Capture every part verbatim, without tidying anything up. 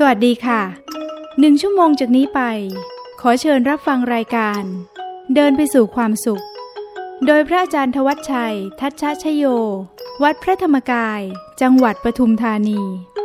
วัสดีค่ะหนึ่งชั่วโมงจากนี้ไปขอเชิญรับฟังรายการเดินไปสู่ความสุขโดยพระอาจารย์ธวัชชัยทัชชชโยวัดพระธรรมกายจังหวัดปทุมธานี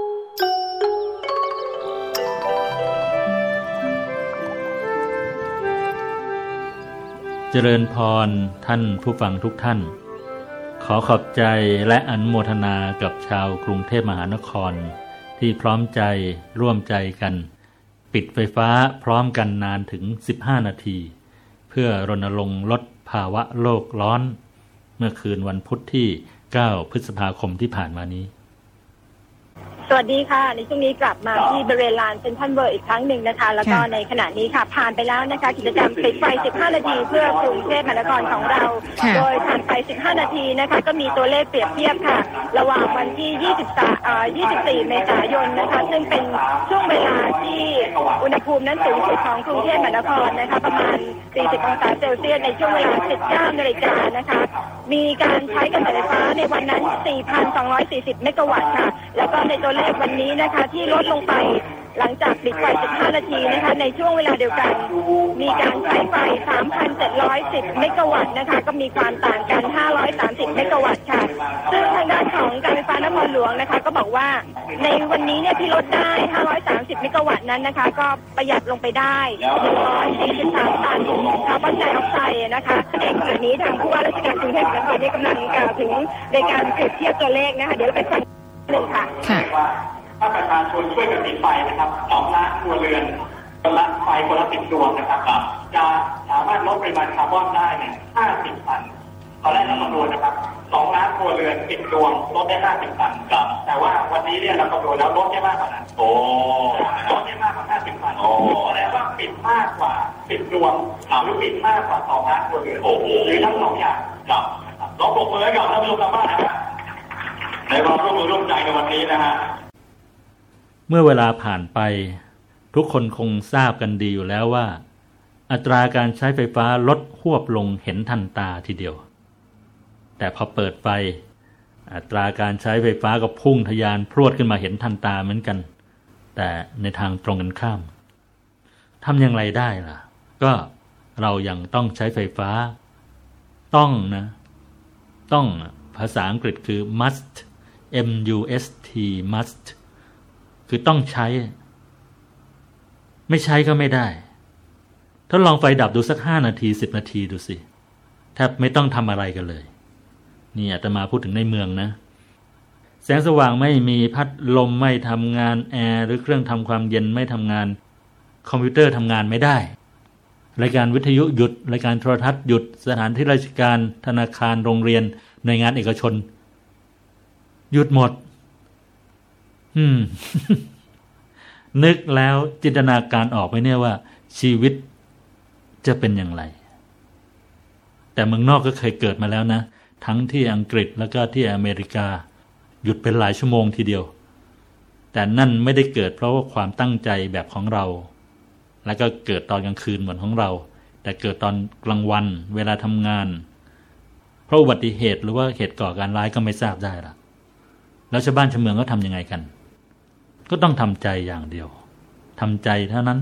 เจริญพรท่านผู้ฟังทุกท่านขอขอบใจและอนุโมทนากับชาวกรุงเทพมหานครที่พร้อมใจร่วมใจกันปิดไฟฟ้าพร้อมกันนานถึงสิบห้านาทีเพื่อรณรงค์ลดภาวะโลกร้อนเมื่อคืนวันพุธที่เก้าพฤษภาคมที่ผ่านมานี้สวัสดีค่ะในช่วงนี้กลับมาที่บริเวณลานเซ็นทรัลเวิลด์อีกครั้งหนึ่งนะคะแล้วก็ในขณะนี้ค่ะผ่านไปแล้วนะคะกิจกรรมปิดไฟสิบห้านาทีเพื่อกรุงเทพมหานครของเราโดยผ่านไปสิบห้านาทีนะคะก็มีตัวเลขเปรียบเทียบค่ะระหว่างวันที่ยี่สิบสามอ่ายี่สิบสี่เมษายนนะคะซึ่งเป็นช่วงเวลาที่อุณหภูมินั้นสูงสุดของกรุงเทพมหานครนะคะประมาณสี่สิบองศาเซลเซียสในช่วงเวลาสิบเก้านาฬิกานะคะมีการใช้กระแสไฟฟ้าในวันนั้น สี่พันสองร้อยสี่สิบ เมกะวัตต์ค่ะแล้วก็ในตัวเลขวันนี้นะคะที่ลดลงไปหลังจากปิดไฟสิบห้านาทีนะคะในช่วงเวลาเดียวกันมีการใช้ไฟ สามพันเจ็ดร้อยสิบ เมกะวัตต์นะคะก็มีความต่างกันห้าร้อยสามสิบ เมกะวัตต์ค่ะซึ่งทางด้านของการไฟฟ้านครหลวงนะคะก็บอกว่าในวันนี้เนี่ยที่ลดได้ห้าร้อยสามสิบ เมกะวัตต์นั้นนะคะก็ประหยัดลงไปได้หนึ่งร้อยสี่สิบสามตันคาร์บอนไดออกไซด์นะคะในขณะนี้ทางผู้ว่าราชการกรุงเทพมหานครได้กำลังกล่าวถึงในการเปรียบเทียบตัวเลขนะคะเดี๋ยวไปฟังหนึ่งค่ะถ้าประชาชนช่วยกันติดไฟนะครับสองล้านครัวเรือนคนละไฟคนละสิบดวงนะครับจะสามารถลดปริมาณคาร์บอนได้เนี่ยห้าสิบตันตอนแรกเราคำนวณนะครับสองล้านครัวเรือนสิบดวงลดได้ห้าสิบตันครับแต่ว่าวันนี้เนี่ยเราคำนวณแล้วลดได้มากกว่านั้นโอ้ลดได้มากกว่าห้าสิบตันโอ้แสดงว่าปิดมากกว่าสิบดวงหรือปิดมากกว่าสองล้านครัวเรือนโอ้โหหรือทั้งสองอย่างครับลองปรบมือให้กับท่านผู้ชมทางบ้านนะครับในความร่วมมือร่วมใจในวันนี้นะฮะเมื่อเวลาผ่านไปทุกคนคงทราบกันดีอยู่แล้วว่าอัตราการใช้ไฟฟ้าลดหวบลงเห็นทันตาทีเดียวแต่พอเปิดไฟอัตราการใช้ไฟฟ้าก็พุ่งทะยานพรวดขึ้นมาเห็นทันตาเหมือนกันแต่ในทางตรงกันข้ามทำอย่างไรได้ล่ะก็เรายังต้องใช้ไฟฟ้าต้องนะต้องภาษาอังกฤษคือ must m u s t mustคือต้องใช้ไม่ใช้ก็ไม่ได้ทดลองไฟดับดูสักห้านาทีสิบนาทีดูสิแทบไม่ต้องทำอะไรกันเลยนี่อาตมาพูดถึงในเมืองนะแสงสว่างไม่มีพัดลมไม่ทำงานแอร์หรือเครื่องทำความเย็นไม่ทำงานคอมพิวเตอร์ทำงานไม่ได้รายการวิทยุหยุดรายการโทรทัศน์หยุดสถานที่ราชการธนาคารโรงเรียนหน่วยงานเอกชนหยุดหมดอืม นึกแล้วจินตนาการออกไหมเนี่ยว่าชีวิตจะเป็นอย่างไรแต่เมืองนอกก็เคยเกิดมาแล้วนะทั้งที่อังกฤษแล้วก็ที่อเมริกาหยุดเป็นหลายชั่วโมงทีเดียวแต่นั่นไม่ได้เกิดเพราะว่าความตั้งใจแบบของเราแล้วก็เกิดตอนกลางคืนเหมือนของเราแต่เกิดตอนกลางวันเวลาทำงานเพราะอุบัติเหตุหรือว่าเหตุก่อการร้ายก็ไม่ทราบได้ละแล้วชาวบ้านชาวเมืองก็ทำยังไงกันก็ต้องทำใจอย่างเดียวทำใจเท่านั้น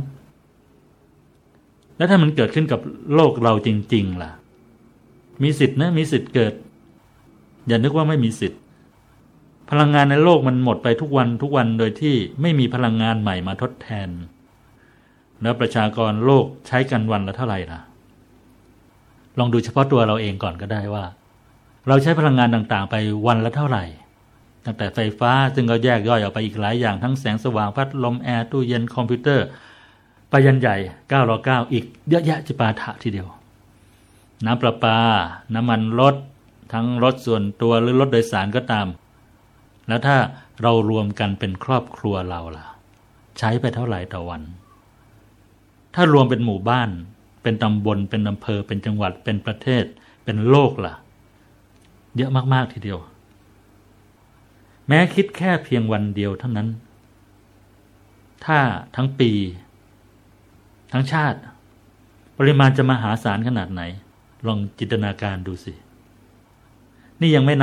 แล้วถ้ามันเกิดขึ้นกับโลกเราจริงๆล่ะมีสิทธินะมีสิทธิ์เกิดอย่านึกว่าไม่มีสิทธิ์พลังงานในโลกมันหมดไปทุกวันทุกวันโดยที่ไม่มีพลังงานใหม่มาทดแทนแล้วประชากรโลกใช้กันวันละเท่าไหร่ล่ะลองดูเฉพาะตัวเราเองก่อนก็ได้ว่าเราใช้พลังงานต่างๆไปวันละเท่าไหร่ตั้งแต่ไฟฟ้าซึ่งก็แยกย่อยออกไปอีกหลายอย่างทั้งแสงสว่างพัดลมแอร์ตู้เย็นคอมพิวเตอร์ไปยันใหญ่เก้าร้อยเก้าอีกเยอะแยะจิปาถะทีเดียวน้ำประปาน้ำมันรถทั้งรถส่วนตัวหรือรถโดยสารก็ตามแล้วถ้าเรารวมกันเป็นครอบครัวเราล่ะใช้ไปเท่าไหร่ต่อวันถ้ารวมเป็นหมู่บ้านเป็นตำบลเป็นอำเภอเป็นจังหวัดเป็นประเทศเป็นโลกล่ะเยอะมากๆทีเดียวแม้คิดแค่เพียงวันเดียวเท่านั้นถ้าทั้งปีทั้งชาติปริมาณจะมหาศาลขนาดไหนลองจินตนาการดูสินี่ยังไม่นับ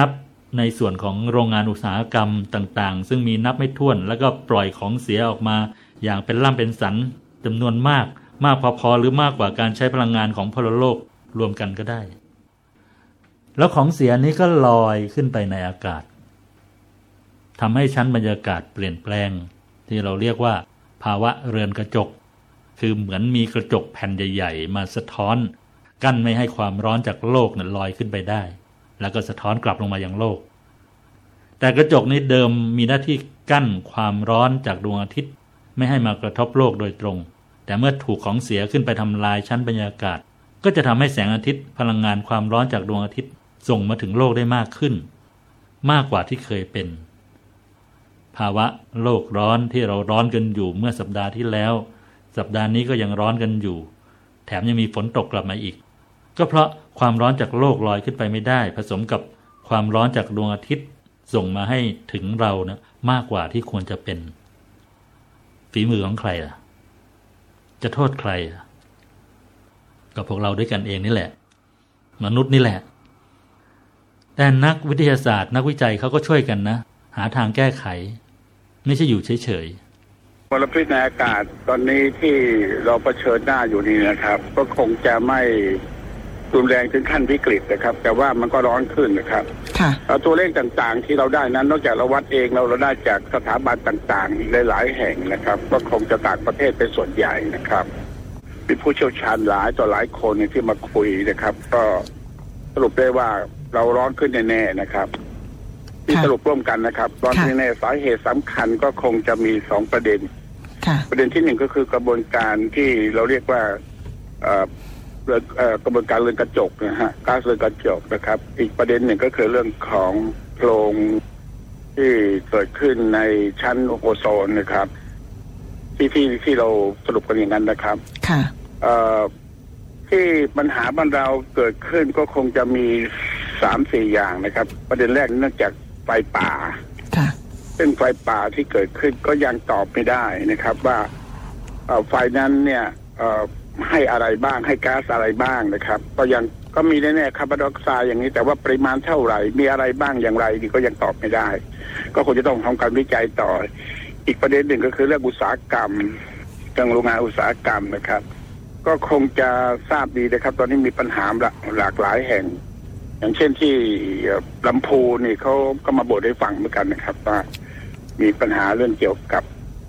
ในส่วนของโรงงานอุตสาหกรรมต่างๆซึ่งมีนับไม่ถ้วนแล้วก็ปล่อยของเสียออกมาอย่างเป็นล่ำเป็นสันจำนวนมากมากพอๆหรือมากกว่าการใช้พลังงานของพลโลกรวมกันก็ได้แล้วของเสียนี้ก็ลอยขึ้นไปในอากาศทำให้ชั้นบรรยากาศเปลี่ยนแปลงที่เราเรียกว่าภาวะเรือนกระจกคือเหมือนมีกระจกแผ่นใหญ่ๆมาสะท้อนกั้นไม่ให้ความร้อนจากโลกนั้นลอยขึ้นไปได้แล้วก็สะท้อนกลับลงมายังโลกแต่กระจกนี้เดิมมีหน้าที่กั้นความร้อนจากดวงอาทิตย์ไม่ให้มากระทบโลกโดยตรงแต่เมื่อถูกของเสียขึ้นไปทำลายชั้นบรรยากาศก็จะทำให้แสงอาทิตย์พลังงานความร้อนจากดวงอาทิตย์ส่งมาถึงโลกได้มากขึ้นมากกว่าที่เคยเป็นภาวะโลกร้อนที่เราร้อนกันอยู่เมื่อสัปดาห์ที่แล้วสัปดาห์นี้ก็ยังร้อนกันอยู่แถมยังมีฝนตกกลับมาอีกก็เพราะความร้อนจากโลกลอยขึ้นไปไม่ได้ผสมกับความร้อนจากดวงอาทิตย์ส่งมาให้ถึงเรานะมากกว่าที่ควรจะเป็นฝีมือของใครล่ะจะโทษใครล่ะก็พวกเราด้วยกันเองนี่แหละมนุษย์นี่แหละแต่นักวิทยาศาสตร์นักวิจัยเขาก็ช่วยกันนะหาทางแก้ไขไม่ใช่อยู่เฉยๆมลพิษในอากาศตอนนี้ที่เราเผชิญหน้าอยู่นี่นะครับก็คงจะไม่รุนแรงถึงขั้นวิกฤตนะครับแต่ว่ามันก็ร้อนขึ้นนะครับตัวเลขต่างๆที่เราได้นั้นนอกจากเราวัดเองเราเราได้จากสถาบันต่างๆหลายๆแห่งนะครับก็คงจะต่างประเทศเป็นส่วนใหญ่นะครับมีผู้เชี่ยวชาญหลายต่อหลายคนที่มาคุยนะครับก็สรุปได้ว่าเราร้อนขึ้นแน่ๆนะครับที่สรุปร่วมกันนะครับร้อนขึ้นแน่สาเหตุสำคัญก็คงจะมีสองประเด็นประเด็นที่หนึ่งก็คือกระบวนการที่เราเรียกว่ากระบวนการเรือนกระจกนะฮะก๊าซเรือนกระจกนะครับอีกประเด็นหนึ่งก็คือเรื่องของโพรงที่เกิดขึ้นในชั้นโอโซนนะครับที่ที่ที่เราสรุปกันอย่างนั้นนะครับค่ะที่ปัญหาบ้านเราเกิดขึ้นก็คงจะมีสามสี่อย่างนะครับประเด็นแรกเนื่องจากไฟป่าค่ะซึ่งไฟป่าที่เกิดขึ้นก็ยังตอบไม่ได้นะครับว่าไฟนั้นเนี่ยให้อะไรบ้างให้ก๊าซอะไรบ้างนะครับก็ยังก็มีแน่ๆคาร์บอนไดออกไซด์อย่างนี้แต่ว่าปริมาณเท่าไหร่มีอะไรบ้างอย่างไรนี่ก็ยังตอบไม่ได้ก็คงจะต้องทำการวิจัยต่ออีกประเด็นหนึ่งก็คือเรื่องอุตสาหกรรมเรื่องโรงงานอุตสาหกรรมนะครับก็คงจะทราบดีนะครับตอนนี้มีปัญหาหลากหลายแห่งอย่างเช่นที่ลำพูนนี่เขาก็มาบ่นให้ฟังเหมือนกันนะครับว่ามีปัญหาเรื่องเกี่ยวกับ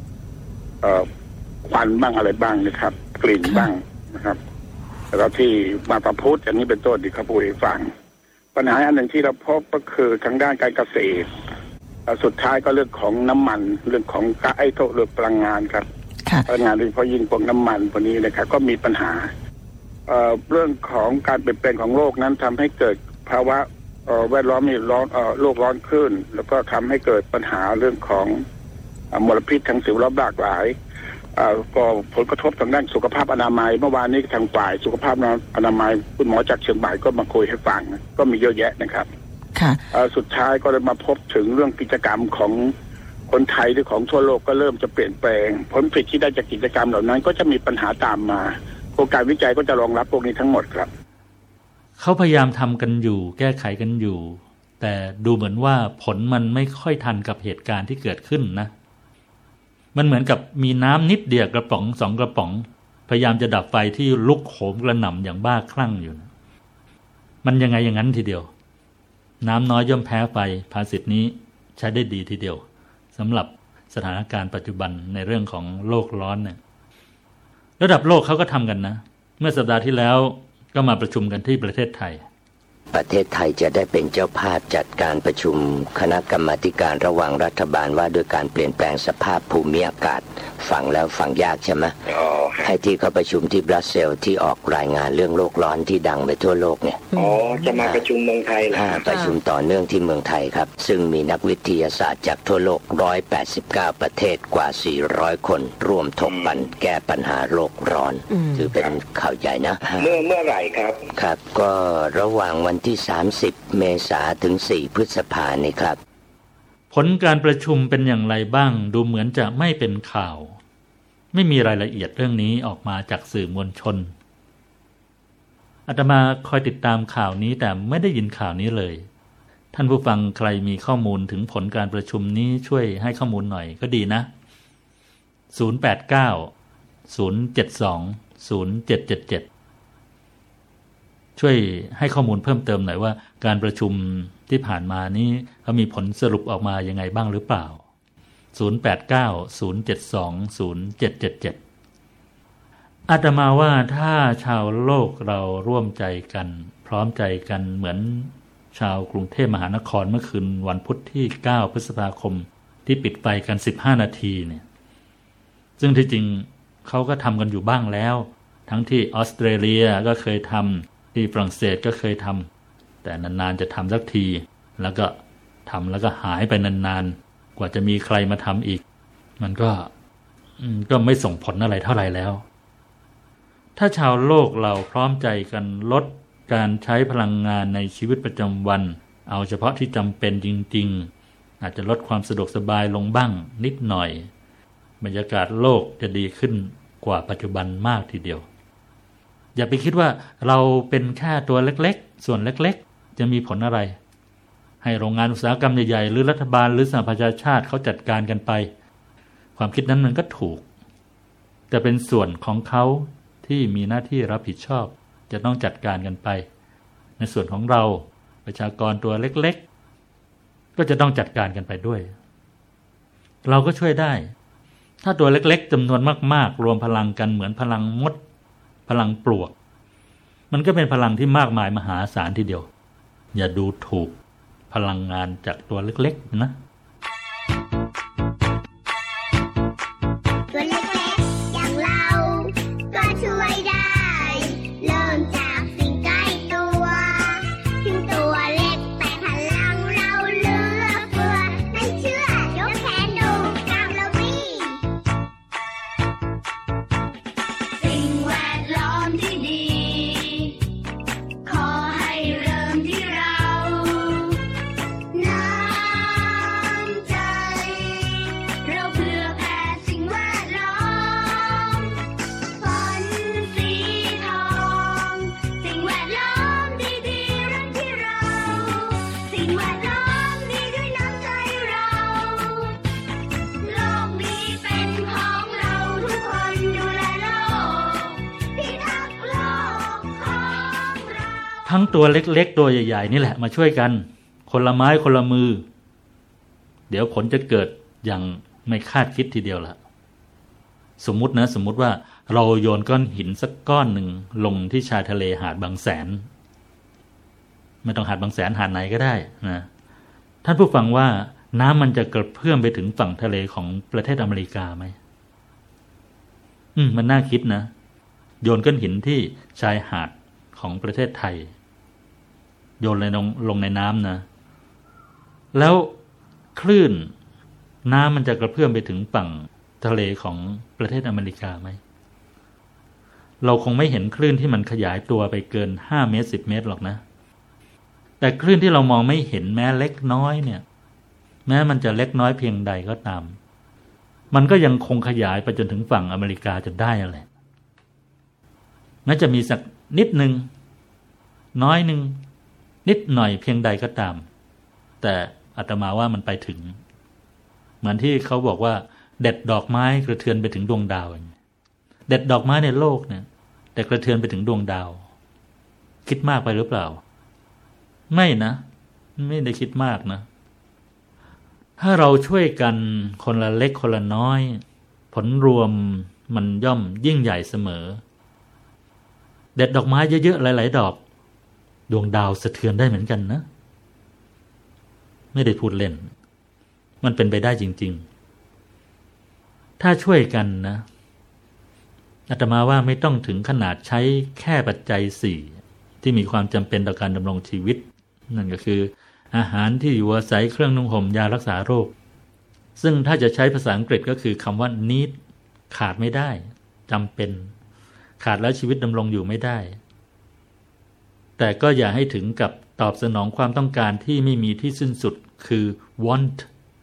ควันบ้างอะไรบ้างนะครับกลิ่นบ้างนะครับแล้วที่มาประพุทธอย่างนี้เป็นต้นที่เขาพูดให้ฟังปัญหาอันหนึ่งที่เราพบก็คือทางด้านการเกษตรสุดท้ายก็เรื่องของน้ำมันเรื่องของก๊าซไอโตรเรื่องพลังงานครับพลังงานโดยเฉพาะยิ่งพวกน้ำมันพวกนี้นะครับก็มีปัญหาเอ่อเรื่องของการเปลี่ยนแปลงของโลกนั้นทำให้เกิดภาวะเอ่อแวดล้อมมีร้อนเอ่อโลกร้อนขึ้นแล้วก็ทำให้เกิดปัญหาเรื่องของมลพิษทางสิ่งแวดล้อมหลากหลายอ่าก็ผลกระทบทางด้านสุขภาพอนามัยเมื่อวานนี้ทางฝ่ายสุขภาพอนามัยคุณหมอจากเชียงใหม่ก็มาคุยให้ฟังก็มีเยอะแยะนะครับค่ะสุดท้ายก็เลยมาพบถึงเรื่องกิจกรรมของคนไทยหรือของทั่วโลกก็เริ่มจะเปลี่ยนแปลงผลผลิตที่ได้จากกิจกรรมเหล่านั้นก็จะมีปัญหาตามมาโครงการวิจัยก็จะรองรับพวกนี้ทั้งหมดครับเขาพยายามทำกันอยู่แก้ไขกันอยู่แต่ดูเหมือนว่าผลมันไม่ค่อยทันกับเหตุการณ์ที่เกิดขึ้นนะมันเหมือนกับมีน้ำนิดเดียวกระป๋องสองกระป๋องพยายามจะดับไฟที่ลุกโหมกระหน่ำอย่างบ้าคลั่งอยู่นะมันยังไงอย่างนั้นทีเดียวน้ำน้อยย่อมแพ้ไฟภาษิตนี้ใช้ได้ดีทีเดียวสำหรับสถานการณ์ปัจจุบันในเรื่องของโลกร้อนเนี่ยระดับโลกเขาก็ทำกันนะเมื่อสัปดาห์ที่แล้วก็มาประชุมกันที่ประเทศไทยประเทศไทยจะได้เป็นเจ้าภาพจัดการประชุมคณะกรรมาธิการระหว่างรัฐบาลว่าด้วยการเปลี่ยนแปลงสภาพภูมิอากาศฟังแล้วฟังยากใช่ไหมให้ที่เขาประชุมที่บรัสเซลส์ที่ออกรายงานเรื่องโลกร้อนที่ดังไปทั่วโลกเนี่ยอ๋อจะมาประชุมเมืองไทยเหรอประชุมต่อเนื่องที่เมืองไทยครับซึ่งมีนักวิทยาศาสตร์จากทั่วโลกหนึ่งร้อยแปดสิบเก้าประเทศกว่าสี่ร้อยคนร่วมถกปัญหาแก้ปัญหาโลกร้อนถือเป็นข่าวใหญ่นะเมื่อเมื่อไหร่ครับครับก็ระหว่างวันที่สามสิบเมษายนถึงสี่พฤษภาคมนี้ครับผลการประชุมเป็นอย่างไรบ้างดูเหมือนจะไม่เป็นข่าวไม่มีรายละเอียดเรื่องนี้ออกมาจากสื่อมวลชนอาตมาคอยติดตามข่าวนี้แต่ไม่ได้ยินข่าวนี้เลยท่านผู้ฟังใครมีข้อมูลถึงผลการประชุมนี้ช่วยให้ข้อมูลหน่อยก็ดีนะศูนย์ แปด เก้า ศูนย์ เจ็ด สอง ศูนย์ เจ็ด เจ็ด เจ็ดช่วยให้ข้อมูลเพิ่มเติมหน่อยว่าการประชุมที่ผ่านมานี้เขามีผลสรุปออกมายังไงบ้างหรือเปล่าศูนย์ แปด เก้า ศูนย์ เจ็ด สอง ศูนย์ เจ็ด เจ็ด เจ็ดอาตมาว่าถ้าชาวโลกเราร่วมใจกันพร้อมใจกันเหมือนชาวกรุงเทพมหานครเมื่อคืนวันพุธที่เก้าพฤษภาคมที่ปิดไฟกันสิบห้านาทีเนี่ยซึ่งที่จริงเขาก็ทำกันอยู่บ้างแล้วทั้งที่ออสเตรเลียก็เคยทำที่ฝรั่งเศสก็เคยทำแต่นานๆจะทำสักทีแล้วก็ทำแล้วก็หายไปนานๆกว่าจะมีใครมาทำอีกมันก็ก็ไม่ส่งผลอะไรเท่าไหร่แล้วถ้าชาวโลกเราพร้อมใจกันลดการใช้พลังงานในชีวิตประจำวันเอาเฉพาะที่จำเป็นจริงๆอาจจะลดความสะดวกสบายลงบ้างนิดหน่อยบรรยากาศโลกจะดีขึ้นกว่าปัจจุบันมากทีเดียวอย่าไปคิดว่าเราเป็นแค่ตัวเล็กๆส่วนเล็กๆจะมีผลอะไรให้โรงงานอุตสาหกรรมใหญ่ๆหรือรัฐบาลหรือสหประชาชาติเขาจัดการกันไปความคิดนั้นมันก็ถูกแต่เป็นส่วนของเขาที่มีหน้าที่รับผิดชอบจะต้องจัดการกันไปในส่วนของเราประชากรตัวเล็กๆก็จะต้องจัดการกันไปด้วยเราก็ช่วยได้ถ้าตัวเล็กๆจำนวนมากๆรวมพลังกันเหมือนพลังมดพลังปลวกมันก็เป็นพลังที่มากมายมหาศาลทีเดียวอย่าดูถูกพลังงานจากตัวเล็กๆนะตัวเล็กๆอย่างเราก็ช่วยได้เริ่มจากสิ่งใกล้ตัวถึงตัวเล็กแต่พลังเราเหลือเฟือไม่เชื่อยกแขนดูกางเรามีสิ่งแวดล้อมที่ดีขอให้เริ่มที่เราน้ำใจเราเพื่อแผ่สิ่งแวดล้อมฝันสีทองสิ่งแวดล้อมดีๆเริ่มที่เราสิ่งแวดล้อมดีด้วยน้ำใจเราโลกนี้เป็นของเราทุกคนดูแลโลกพิทักษ์โลกของเราทั้งตัวเล็กๆตัวใหญ่ๆนี่แหละมาช่วยกันคนละไม้คนละมือเดี๋ยวผลจะเกิดอย่างไม่คาดคิดทีเดียวล่ะสมมุตินะสมมุติว่าเราโยนก้อนหินสักก้อนหนึ่งลงที่ชายทะเลหาดบางแสนไม่ต้องหาดบางแสนหาดไหนก็ได้นะท่านผู้ฟังว่าน้ำมันจะกระเพื่อมไปถึงฝั่งทะเลของประเทศอเมริกาไหมอืมมันน่าคิดนะโยนก้อนหินที่ชายหาดของประเทศไทยโยนลงลงในน้ำนะแล้วคลื่นน้ำมันจะกระเพื่อมไปถึงฝั่งทะเลของประเทศอเมริกาไหมเราคงไม่เห็นคลื่นที่มันขยายตัวไปเกินห้าเมตรสิบเมตรหรอกนะแต่คลื่นที่เรามองไม่เห็นแม้เล็กน้อยเนี่ยแม้มันจะเล็กน้อยเพียงใดก็ตามมันก็ยังคงขยายไปจนถึงฝั่งอเมริกาจนได้แหละแม้จะมีสักนิดหนึ่งน้อยหนึ่งนิดหน่อยเพียงใดก็ตามแต่อาตมาว่ามันไปถึงเหมือนที่เขาบอกว่าเด็ดดอกไม้กระเทือนไปถึงดวงดาวอย่างนี้เด็ดดอกไม้ในโลกเนี่ยแต่กระเทือนไปถึงดวงดาวคิดมากไปหรือเปล่าไม่นะไม่ได้คิดมากนะถ้าเราช่วยกันคนละเล็กคนละน้อยผลรวมมันย่อมยิ่งใหญ่เสมอเด็ดดอกไม้เยอะๆหลายๆดอกดวงดาวสะเทือนได้เหมือนกันนะไม่ได้พูดเล่นมันเป็นไปได้จริงๆถ้าช่วยกันนะอาตมาว่าไม่ต้องถึงขนาดใช้แค่ปัจจัยสี่ที่มีความจำเป็นต่อการดำรงชีวิตนั่นก็คืออาหารที่อยู่อาศัยเครื่องนุ่งห่มยารักษาโรคซึ่งถ้าจะใช้ภาษาอังกฤษก็คือคำว่า need ขาดไม่ได้จำเป็นขาดแล้วชีวิตดำรงอยู่ไม่ได้แต่ก็อย่าให้ถึงกับตอบสนองความต้องการที่ไม่มีที่สิ้นสุดคือ want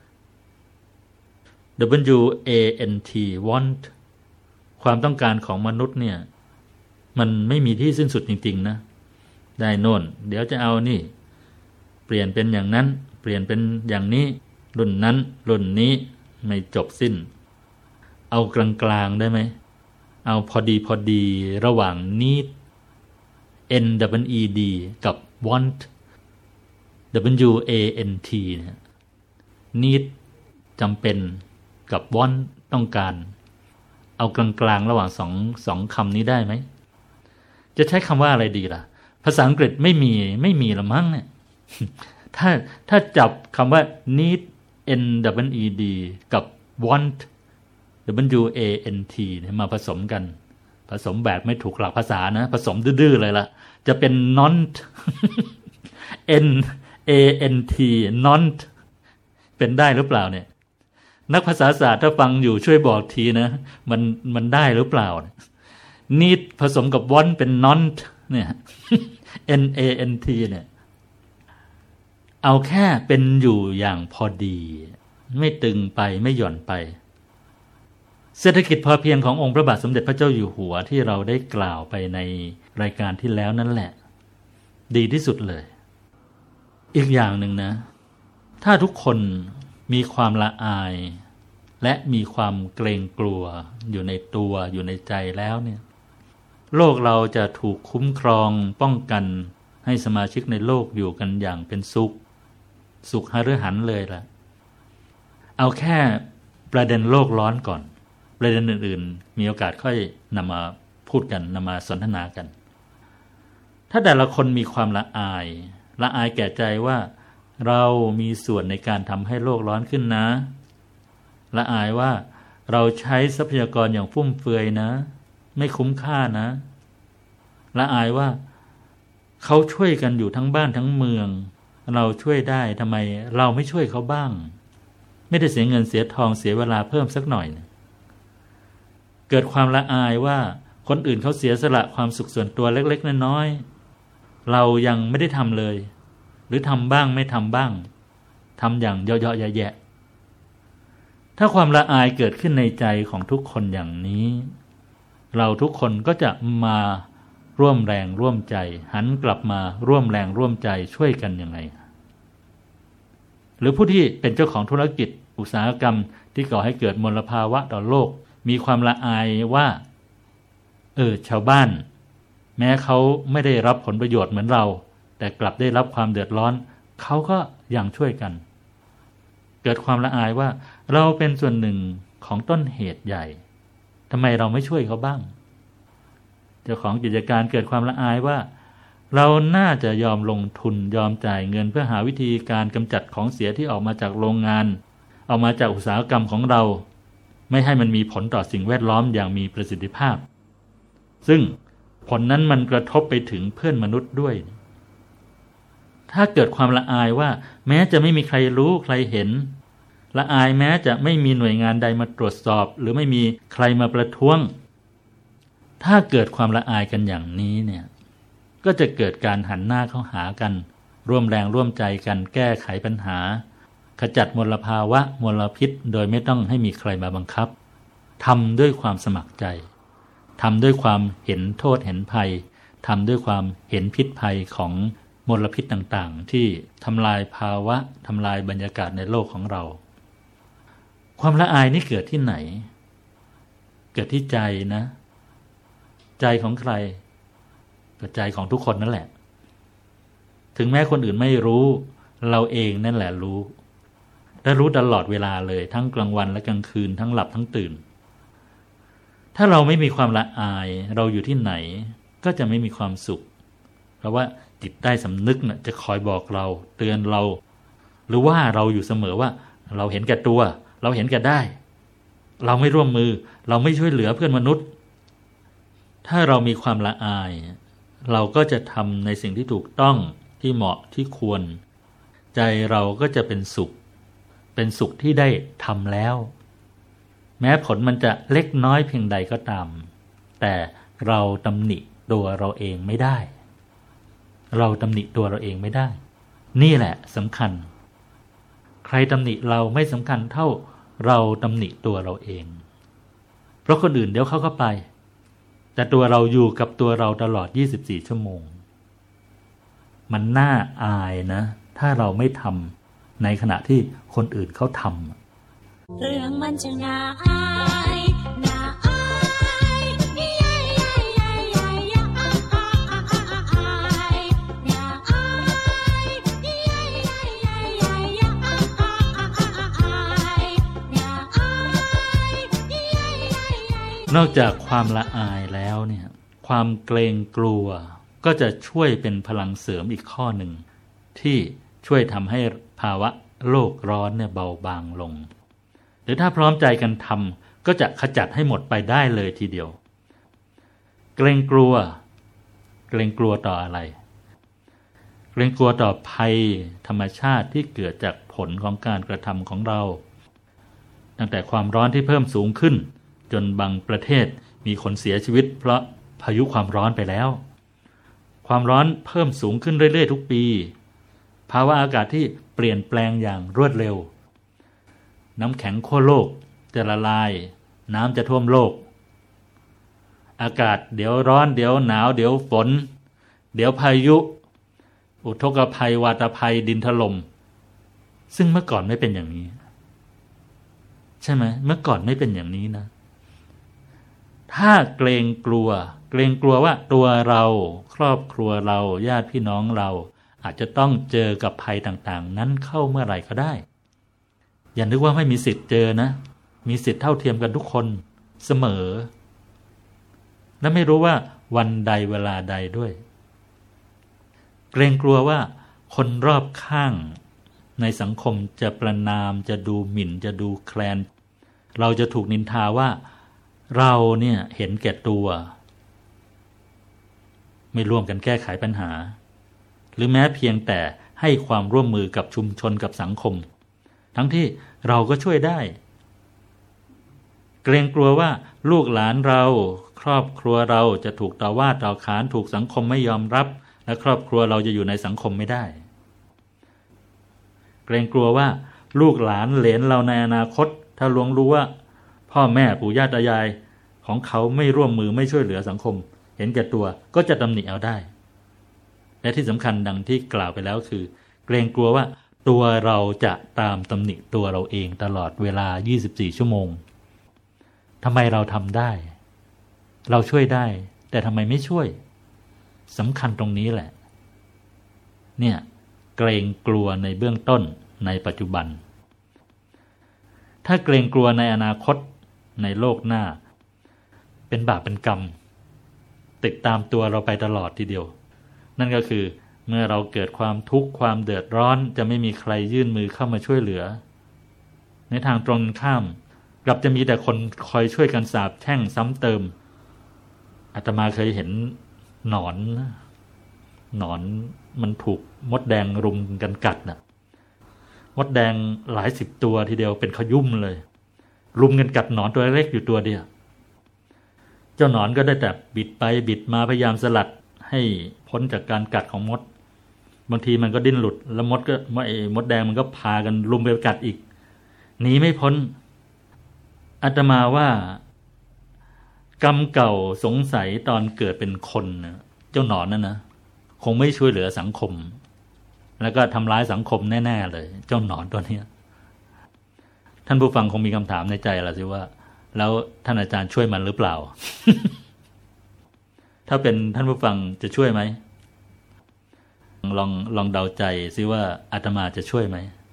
W A N T want ความต้องการของมนุษย์เนี่ยมันไม่มีที่สิ้นสุดจริงๆนะได้โน่นเดี๋ยวจะเอานี่เปลี่ยนเป็นอย่างนั้นเปลี่ยนเป็นอย่างนี้รุ่นนั้นรุ่นนี้ไม่จบสิ้นเอากลางๆได้ไหมเอาพอดีพอดีระหว่าง need n w e d กับ want w a n t เนี่ย need จำเป็นกับ want ต้องการเอากลางๆระหว่างสองสองคำนี้ได้ไหมจะใช้คำว่าอะไรดีล่ะภาษาอังกฤษไม่มีไม่มีละมั้งเนี่ย ถ้าถ้าจับคำว่า need n w e d กับ want w a n t มาผสมกันผสมแบบไม่ถูกหลักภาษานะผสมดื้อๆเลยล่ะจะเป็น non n a n t non เป็นได้หรือเปล่าเนี่ยนักภาษาศาสตร์ถ้าฟังอยู่ช่วยบอกทีนะมันมันได้หรือเปล่า need ผสมกับ want เป็น non เนี่ย n a n t เนี่ยเอาแค่เป็นอยู่อย่างพอดีไม่ตึงไปไม่หย่อนไปเศรษฐกิจพอเพียงขององค์พระบาทสมเด็จพระเจ้าอยู่หัวที่เราได้กล่าวไปในรายการที่แล้วนั่นแหละดีที่สุดเลยอีกอย่างหนึ่งนะถ้าทุกคนมีความละอายและมีความเกรงกลัวอยู่ในตัวอยู่ในใจแล้วเนี่ยโลกเราจะถูกคุ้มครองป้องกันให้สมาชิกในโลกอยู่กันอย่างเป็นสุขสุขหฤหันเลยล่ะเอาแค่ประเด็นโลกร้อนก่อนประเด็นอื่นๆมีโอกาสค่อยนำมาพูดกันนำมาสนทนากันถ้าแต่ละคนมีความละอายละอายแก่ใจว่าเรามีส่วนในการทำให้โลกร้อนขึ้นนะละอายว่าเราใช้ทรัพยากรอย่างฟุ่มเฟือยนะไม่คุ้มค่านะละอายว่าเขาช่วยกันอยู่ทั้งบ้านทั้งเมืองเราช่วยได้ทำไมเราไม่ช่วยเขาบ้างไม่ได้เสียเงินเสียทองเสียเวลาเพิ่มสักหน่อยนะเกิดความละอายว่าคนอื่นเขาเสียสละความสุขส่วนตัวเล็กๆน้อยๆเรายังไม่ได้ทำเลยหรือทำบ้างไม่ทำบ้างทำอย่างเยาะๆแยะๆถ้าความละอายเกิดขึ้นในใจของทุกคนอย่างนี้เราทุกคนก็จะมาร่วมแรงร่วมใจหันกลับมาร่วมแรงร่วมใจช่วยกันยังไงหรือผู้ที่เป็นเจ้าของธุรกิจอุตสาหกรรมที่ก่อให้เกิดมลภาวะต่อโลกมีความละอายว่าเออชาวบ้านแม้เขาไม่ได้รับผลประโยชน์เหมือนเราแต่กลับได้รับความเดือดร้อนเขาก็ยังช่วยกันเกิดความละอายว่าเราเป็นส่วนหนึ่งของต้นเหตุใหญ่ทำไมเราไม่ช่วยเขาบ้างเจ้าของกิจการเกิดความละอายว่าเราน่าจะยอมลงทุนยอมจ่ายเงินเพื่อหาวิธีการกำจัดของเสียที่ออกมาจากโรงงานออกมาจากอุตสาหกรรมของเราไม่ให้มันมีผลต่อสิ่งแวดล้อมอย่างมีประสิทธิภาพซึ่งผลนั้นมันกระทบไปถึงเพื่อนมนุษย์ด้วยถ้าเกิดความละอายว่าแม้จะไม่มีใครรู้ใครเห็นละอายแม้จะไม่มีหน่วยงานใดมาตรวจสอบหรือไม่มีใครมาประท้วงถ้าเกิดความละอายกันอย่างนี้เนี่ยก็จะเกิดการหันหน้าเข้าหากันร่วมแรงร่วมใจกันแก้ไขปัญหาขจัดมลภาวะมลพิษโดยไม่ต้องให้มีใครมาบังคับทำด้วยความสมัครใจทำด้วยความเห็นโทษเห็นภัยทำด้วยความเห็นพิษภัยของมลพิษต่างๆที่ทำลายภาวะทำลายบรรยากาศในโลกของเราความละอายนี่เกิดที่ไหนเกิดที่ใจนะใจของใครก็ใจของทุกคนนั่นแหละถึงแม้คนอื่นไม่รู้เราเองนั่นแหละรู้และรู้ตลอดเวลาเลยทั้งกลางวันและกลางคืนทั้งหลับทั้งตื่นถ้าเราไม่มีความละอายเราอยู่ที่ไหนก็จะไม่มีความสุขเพราะว่าจิตใต้สำนึกน่ะจะคอยบอกเราเตือนเราหรือว่าเราอยู่เสมอว่าเราเห็นแก่ตัวเราเห็นแก่ได้เราไม่ร่วมมือเราไม่ช่วยเหลือเพื่อนมนุษย์ถ้าเรามีความละอายเราก็จะทำในสิ่งที่ถูกต้องที่เหมาะที่ควรใจเราก็จะเป็นสุขเป็นสุขที่ได้ทำแล้วแม้ผลมันจะเล็กน้อยเพียงใดก็ตามแต่เราตำหนิตัวเราเองไม่ได้เราตำหนิตัวเราเองไม่ได้นี่แหละสำคัญใครตำหนิเราไม่สำคัญเท่าเราตำหนิตัวเราเองเพราะคนอื่นเดี๋ยวเขาก็ไปแต่ตัวเราอยู่กับตัวเราตลอดยี่สิบสี่ชั่วโมงมันน่าอายนะถ้าเราไม่ทำในขณะที่คนอื่นเขาทำเรื่องมันจะน่าอายน่าอายยายยายยายยายยายอายน่าอายยายยายยายยายยายอายน่าอายยายยายยายนอกจากความละอายแล้วเนี่ยความเกรงกลัวก็จะช่วยเป็นพลังเสริมอีกข้อหนึ่งที่ช่วยทำให้ภาวะโลกร้อนเนี่ยเบาบางลงหรือถ้าพร้อมใจกันทำก็จะขจัดให้หมดไปได้เลยทีเดียวเกรงกลัวเกรงกลัวต่ออะไรเกรงกลัวต่อภัยธรรมชาติที่เกิดจากผลของการกระทำของเราตั้งแต่ความร้อนที่เพิ่มสูงขึ้นจนบางประเทศมีคนเสียชีวิตเพราะพายุความร้อนไปแล้วความร้อนเพิ่มสูงขึ้นเรื่อยๆทุกปีภาวะอากาศที่เปลี่ยนแปลงอย่างรวดเร็วน้ำแข็งขั้วโลกจะละลายน้ำจะท่วมโลกอากาศเดี๋ยวร้อนเดี๋ยวหนาวเดี๋ยวฝนเดี๋ยวพายุอุทกภัยวาตภัยดินถล่มซึ่งเมื่อก่อนไม่เป็นอย่างนี้ใช่ไหมเมื่อก่อนไม่เป็นอย่างนี้นะถ้าเกรงกลัวเกรงกลัวว่าตัวเราครอบครัวเราญาติพี่น้องเราอาจจะต้องเจอกับภัยต่างๆนั้นเข้าเมื่อไหร่ก็ได้อย่านึกว่าไม่มีสิทธิ์เจอนะมีสิทธิ์เท่าเทียมกันทุกคนเสมอและไม่รู้ว่าวันใดเวลาใดด้วยเกรงกลัวว่าคนรอบข้างในสังคมจะประณามจะดูหมิ่นจะดูแคลนเราจะถูกนินทาว่าเราเนี่ยเห็นแก่ตัวไม่ร่วมกันแก้ไขปัญหาหรือแม้เพียงแต่ให้ความร่วมมือกับชุมชนกับสังคมทั้งที่เราก็ช่วยได้เกรงกลัวว่าลูกหลานเราครอบครัวเราจะถูกต่อว่าต่อขานถูกสังคมไม่ยอมรับและครอบครัวเราจะอยู่ในสังคมไม่ได้เกรงกลัวว่าลูกหลานเหลนเราในอนาคตถ้าลวงรู้ว่าพ่อแม่ปู่ย่าตายายของเขาไม่ร่วมมือไม่ช่วยเหลือสังคมเห็นแก่ตัวก็จะตำหนิเอาได้และที่สำคัญดังที่กล่าวไปแล้วคือเกรงกลัวว่าตัวเราจะตามตำหนิตัวเราเองตลอดเวลายี่สิบสี่ชั่วโมงทำไมเราทำได้เราช่วยได้แต่ทำไมไม่ช่วยสำคัญตรงนี้แหละเนี่ยเกรงกลัวในเบื้องต้นในปัจจุบันถ้าเกรงกลัวในอนาคตในโลกหน้าเป็นบาปเป็นกรรมติดตามตัวเราไปตลอดทีเดียวนั่นก็คือเมื่อเราเกิดความทุกข์ความเดือดร้อนจะไม่มีใครยื่นมือเข้ามาช่วยเหลือในทางตรงข้ามกลับจะมีแต่คนคอยช่วยกันสาปแช่งซ้ำเติมอาตมาเคยเห็นหนอนหนอนมันถูกมดแดงรุมกันกัดน่ะมดแดงหลายสิบตัวทีเดียวเป็นขยุ่มเลยรุมกันกัดหนอนตัวเล็กอยู่ตัวเดียวเจ้าหนอนก็ได้แต่บิดไปบิดมาพยายามสลัดให้พ้นจากการกัดของมดบางทีมันก็ดิ้นหลุดแล้วมดก็ไอ้มดแดงมันก็พากันรุมไปกัดอีกหนีไม่พ้นอาตมาว่ากรรมเก่าสงสัยตอนเกิดเป็นคนนะเจ้าหนอนนั่นนะคงไม่ช่วยเหลือสังคมแล้วก็ทำร้ายสังคมแน่ๆเลยเจ้าหนอนตัวนี้ท่านผู้ฟังคงมีคำถามในใจละสิว่าแล้วท่านอาจารย์ช่วยมันหรือเปล่า ถ้าเป็นท่านผู้ฟังจะช่วยไหมลองลองเดาใจซิว่าอาตมาจะช่วยไหม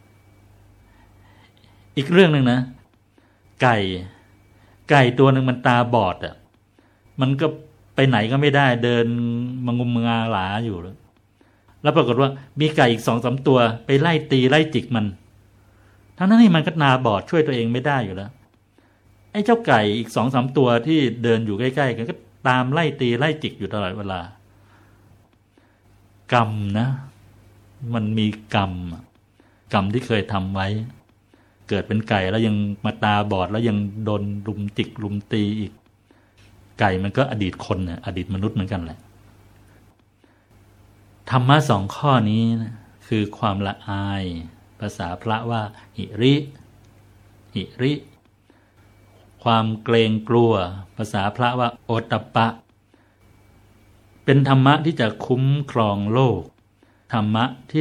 อีกเรื่องหนึ่งนะไก่ไก่ตัวหนึ่งมันตาบอดอ่ะมันก็ไปไหนก็ไม่ได้เดินมางุมงาหลาอยู่แล้วแล้วปรากฏว่ามีไก่อีกสองสามตัวไปไล่ตีไล่จิกมันทั้งนั้นที่มันก็ตาบอดช่วยตัวเองไม่ได้อยู่แล้วไอ้เจ้าไก่อีกสองสามตัวที่เดินอยู่ใกล้ๆกันก็ตามไล่ตีไล่จิกอยู่ตลอดเวลากรรมนะมันมีกรรมกรรมที่เคยทำไว้เกิดเป็นไก่แล้วยังมาตาบอดแล้วยังโดนรุมจิกรุมตีอีกไก่มันก็อดีตคนเนี่ยอดีตมนุษย์เหมือนกันแหละธรรมะสองข้อนี้นะคือความละอายภาษาพระว่าหิริหิริความเกรงกลัวภาษาพระว่าโอตตัปปะเป็นธรรมะที่จะคุ้มครองโลกธรรมะที่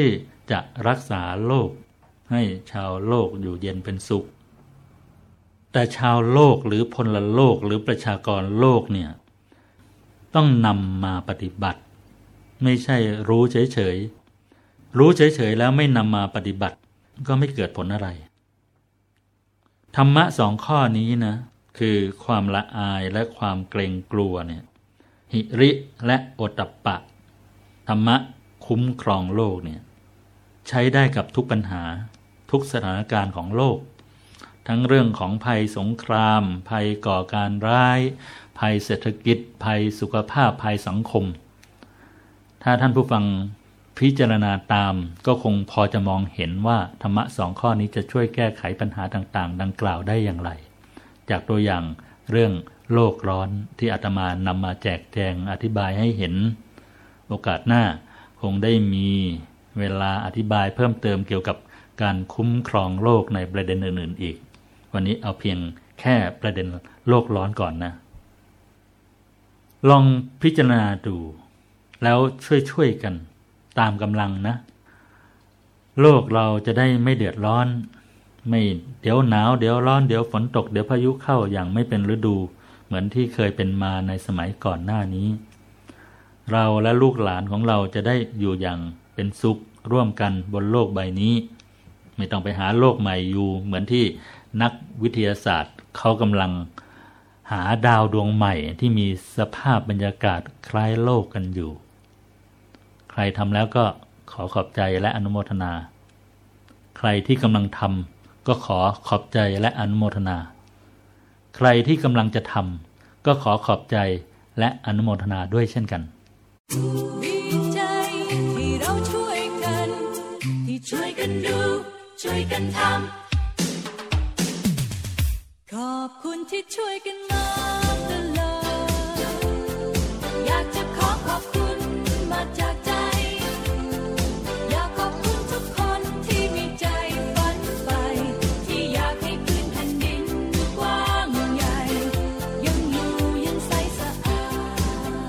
จะรักษาโลกให้ชาวโลกอยู่เย็นเป็นสุขแต่ชาวโลกหรือพลโลกหรือประชากรโลกเนี่ยต้องนำมาปฏิบัติไม่ใช่รู้เฉยๆรู้เฉยๆแล้วไม่นำมาปฏิบัติก็ไม่เกิดผลอะไรธรรมะสองข้อนี้นะคือความละอายและความเกรงกลัวเนี่ยหิริและโอตตัปปะธรรมะคุ้มครองโลกเนี่ยใช้ได้กับทุกปัญหาทุกสถานการณ์ของโลกทั้งเรื่องของภัยสงครามภัยก่อการร้ายภัยเศรษฐกิจภัยสุขภาพภัยสังคมถ้าท่านผู้ฟังพิจารณาตามก็คงพอจะมองเห็นว่าธรรมะสองข้อนี้จะช่วยแก้ไขปัญหาต่างๆดังกล่าวได้อย่างไรจากตัวอย่างเรื่องโลกร้อนที่อาตมานำมาแจกแจงอธิบายให้เห็นโอกาสหน้าคงได้มีเวลาอธิบายเพิ่มเติมเกี่ยวกับการคุ้มครองโลกในประเด็นอื่นๆอีกวันนี้เอาเพียงแค่ประเด็นโลกร้อนก่อนนะลองพิจารณาดูแล้วช่วยๆกันตามกำลังนะโลกเราจะได้ไม่เดือดร้อนไม่เดี๋ยวหนาวเดี๋ยวร้อนเดี๋ยวฝนตกเดี๋ยวพายุเข้าอย่างไม่เป็นฤดูเหมือนที่เคยเป็นมาในสมัยก่อนหน้านี้เราและลูกหลานของเราจะได้อยู่อย่างเป็นสุขร่วมกันบนโลกใบนี้ไม่ต้องไปหาโลกใหม่อยู่เหมือนที่นักวิทยาศาสตร์เขากำลังหาดาวดวงใหม่ที่มีสภาพบรรยากาศคล้ายโลกกันอยู่ใครทำแล้วก็ขอขอบใจและอนุโมทนาใครที่กำลังทำก็ขอขอบใจและอนุโมทนาใครที่กำลังจะทำก็ขอขอบใจและอนุโมทนาด้วยเช่นกันดีใจที่เราช่วยกันที่ช่วยกันดูช่วยกันทำขอบคุณที่ช่วยกันมาตลอดอยากจะขอขอบคุณมาจากใจอยากขอบคุณทุกคนที่มีใจฝันไปที่อยากให้พื้นแผ่นดินกว้างใหญ่ยังอยู่ยังใสสะอาด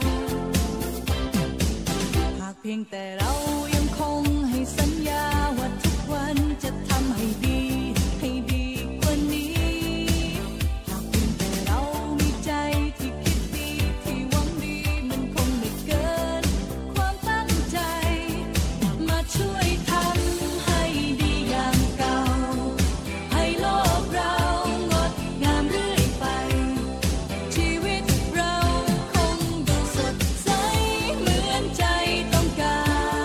หากเพียงแต่เรายังคงให้สัญญาว่าทุกวันจะทำให้ดีให้ดีกว่านี้หากเพียงแต่เรามีใจที่คิดดีที่หวังดีมันคงไม่เกินความตั้งใจมาช่วยทำให้ดีอย่างเก่าให้โลกเรางดงามเรื่อยไปชีวิตเราคงดูสดใสเหมือนใจต้องการ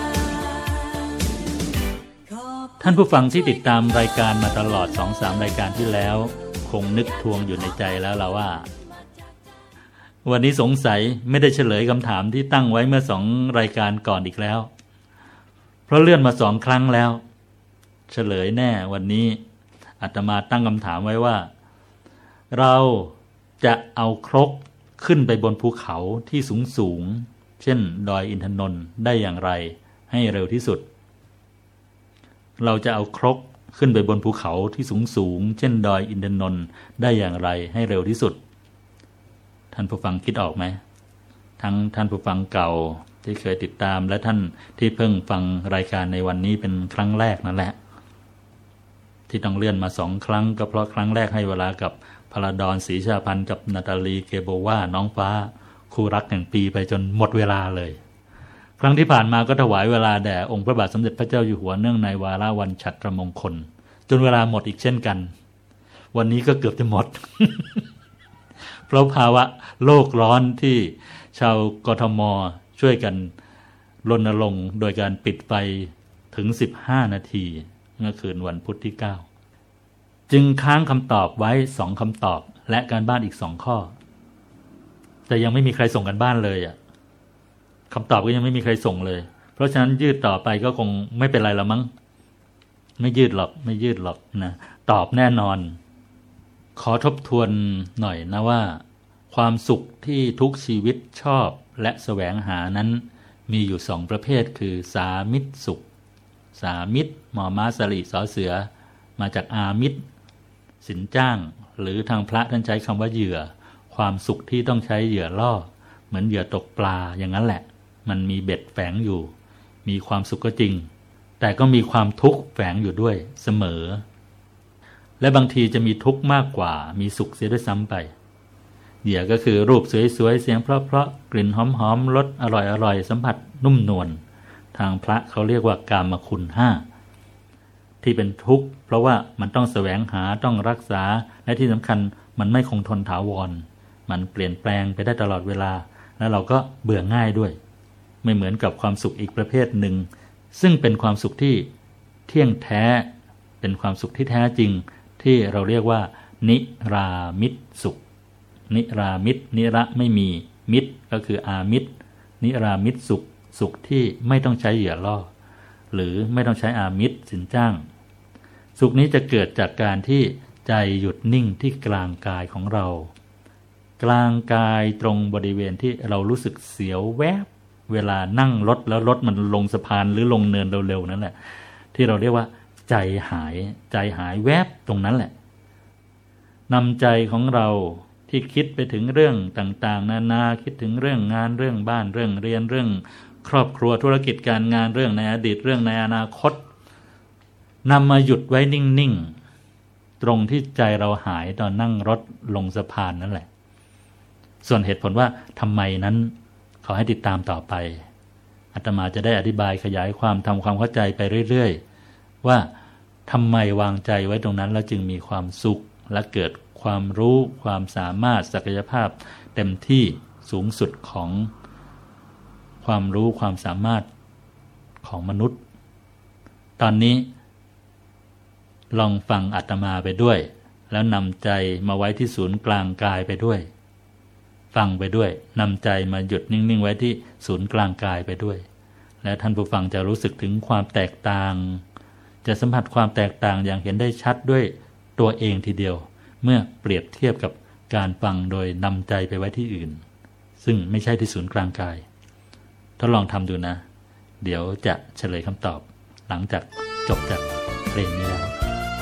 ท่านผู้ฟังที่ติดตามรายการมาตลอด สองสาม รายการที่แล้วคงนึกทวงอยู่ในใจแล้วล่ะว่าวันนี้สงสัยไม่ได้เฉลยคำถามที่ตั้งไว้เมื่อสองรายการก่อนอีกแล้วเพราะเลื่อนมาสองครั้งแล้วเฉลยแน่วันนี้อาตมาตั้งคำถามไว้ว่าเราจะเอาครกขึ้นไปบนภูเขาที่สูงสูงเช่นดอยอินทนนท์ได้อย่างไรให้เร็วที่สุดเราจะเอาครกขึ้นไปบนภูเขาที่สูงสูงเช่นดอยอินทนนท์ได้อย่างไรให้เร็วที่สุดท่านผู้ฟังคิดออกไหมทั้งท่านผู้ฟังเก่าที่เคยติดตามและท่านที่เพิ่งฟังรายการในวันนี้เป็นครั้งแรกนั่นแหละที่ต้องเลื่อนมาสองครั้งก็เพราะครั้งแรกให้เวลากับพลดรศรีชาพันธ์กับนาตาลีเกโบวาน้องฟ้าคู่รักแห่งปีไปจนหมดเวลาเลยครั้งที่ผ่านมาก็ถวายเวลาแด่องค์พระบาทสมเด็จพระเจ้าอยู่หัวเนื่องในวาระวันฉัตรมงคลจนเวลาหมดอีกเช่นกันวันนี้ก็เกือบจะหมด เพราะภาวะโลกร้อนที่ชาวกทมช่วยกันรณรงค์โดยการปิดไฟถึงสิบห้านาทีเมื่อคืนวันพุธที่เก้าจึงค้างคำตอบไว้สองคำตอบและการบ้านอีกสองข้อแต่ยังไม่มีใครส่งกันบ้านเลยอ่ะคำตอบก็ยังไม่มีใครส่งเลยเพราะฉะนั้นยืดต่อไปก็คงไม่เป็นไรละมั้งไม่ยืดหรอกไม่ยืดหรอกนะตอบแน่นอนขอทบทวนหน่อยนะว่าความสุขที่ทุกชีวิตชอบและแสวงหานั้นมีอยู่สองประเภทคือสามิตรสุขสามิตรมอม้าสลีสอเสือมาจากอามิตรสินจ้างหรือทางพระท่านใช้คำว่าเหยื่อความสุขที่ต้องใช้เหยื่อล่อเหมือนเหยื่อตกปลาอย่างนั้นแหละมันมีเบ็ดแฝงอยู่มีความสุขก็จริงแต่ก็มีความทุกข์แฝงอยู่ด้วยเสมอและบางทีจะมีทุกข์มากกว่ามีสุขเสียด้วยซ้ำไปเหยื่อก็คือรูปสวยๆเสียงเพราะๆกลิ่นหอมๆรสอร่อยๆสัมผัสนุ่มนวลทางพระเขาเรียกว่ากามคุณห้าที่เป็นทุกข์เพราะว่ามันต้องแสวงหาต้องรักษาและที่สำคัญมันไม่คงทนถาวรมันเปลี่ยนแปลงไปได้ตลอดเวลาแล้วเราก็เบื่อง่ายด้วยไม่เหมือนกับความสุขอีกประเภทหนึ่งซึ่งเป็นความสุขที่เที่ยงแท้เป็นความสุขที่แท้จริงที่เราเรียกว่านิรามิตสุขนิรามิตนิระไม่มีมิตรก็คืออามิตรนิรามิตสุขสุขที่ไม่ต้องใช้เหยื่อล่อหรือไม่ต้องใช้อามิตรสินจ้างสุขนี้จะเกิดจากการที่ใจหยุดนิ่งที่กลางกายของเรากลางกายตรงบริเวณที่เรารู้สึกเสียวแวบเวลานั่งรถแล้วรถมันลงสะพานหรือลงเนินเร็วๆนั่นแหละที่เราเรียกว่าใจหายใจหายแวบตรงนั้นแหละนำใจของเราที่คิดไปถึงเรื่องต่างๆนานาคิดถึงเรื่องงานเรื่องบ้านเรื่องเรียนเรื่องครอบครัวธุรกิจการงานเรื่องในอดีตเรื่องในอนาคตนำมาหยุดไว้นิ่งๆตรงที่ใจเราหายตอนนั่งรถลงสะพานนั่นแหละส่วนเหตุผลว่าทำไมนั้นขอให้ติดตามต่อไปอาตมาจะได้อธิบายขยายความทำความเข้าใจไปเรื่อยๆว่าทำไมวางใจไว้ตรงนั้นแล้วจึงมีความสุขและเกิดความรู้ความสามารถศักยภาพเต็มที่สูงสุดของความรู้ความสามารถของมนุษย์ตอนนี้ลองฟังอาตมาไปด้วยแล้วนำใจมาไว้ที่ศูนย์กลางกายไปด้วยฟังไปด้วยนำใจมาหยุดนิ่งๆไว้ที่ศูนย์กลางกายไปด้วยและท่านผู้ฟังจะรู้สึกถึงความแตกต่างจะสัมผัสความแตกต่างอย่างเห็นได้ชัดด้วยตัวเองทีเดียวเมื่อเปรียบเทียบกับการฟังโดยนำใจไปไว้ที่อื่นซึ่งไม่ใช่ที่ศูนย์กลางกายทดลองทำดูนะเดี๋ยวจะเฉลยคำตอบหลังจากจบจากเพลงนี้แล้ว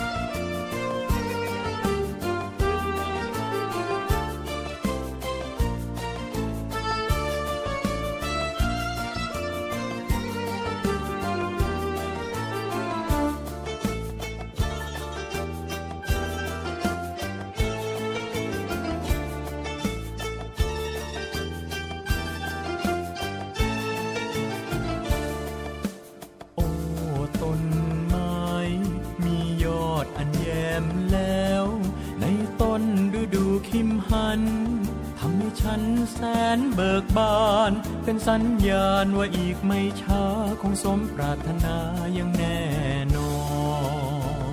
เป็นสัญญาณว่าอีกไม่ช้าคงสมปรารถนาอย่างแน่นอน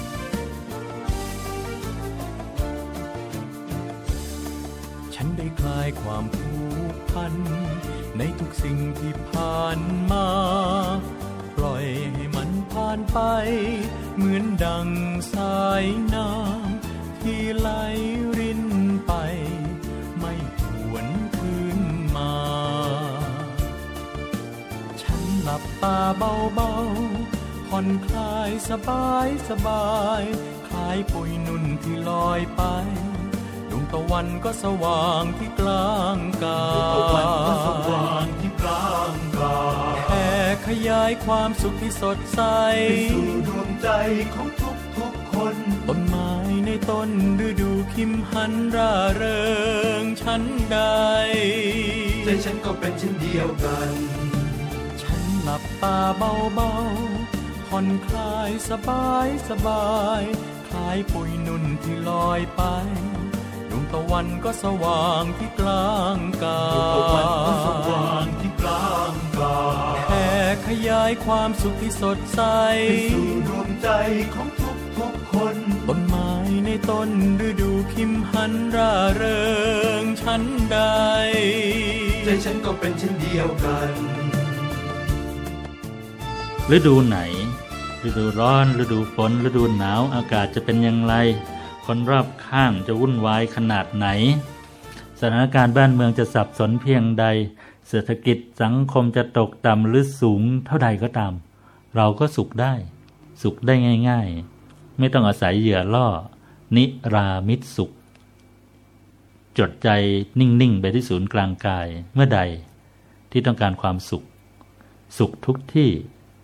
ฉันได้คลายความผูกพันในทุกสิ่งที่ผ่านมาปล่อยให้มันผ่านไปเหมือนดังสายน้ำที่ไหลรินไปไม่หวนคืนมาหลับตาเบาๆผ่อนคลายสบายสบายคล้ายปุยนุ่นที่ลอยไปดวงตะวันก็สว่างที่กลางกายแผ่ขยายความสุขที่สดใสสู่ดวงใจของทุกทุกคนต้นไม้ในต้นฤดูคิมหันร่าเริงฉันใดใจฉันก็เป็นเช่นเดียวกันหลับตาเบาๆผ่อนคลายสบายสบายคล้ายปุยนุ่นที่ลอยไปดวงตะวันก็สว่างที่กลางกายแผ่ขยายความสุขที่สดใสสู่ดวงใจของทุกทุกคนต้นไม้ในต้นฤดูคิมหันร่าเริงฉันใดใจฉันก็เป็นเช่นเดียวกันฤดูไหนฤดูร้อนฤดูฝนฤดูหนาวอากาศจะเป็นอย่างไรคนรอบข้างจะวุ่นวายขนาดไหนสถานการณ์บ้านเมืองจะสับสนเพียงใดเศรษฐกิจสังคมจะตกต่ำหรือสูงเท่าใดก็ตามเราก็สุขได้สุขได้ง่ายๆไม่ต้องอาศัยเหยื่อล่อนิรามิตสุขจดใจนิ่งๆไปที่ศูนย์กลางกายเมื่อใดที่ต้องการความสุขสุขทุกที่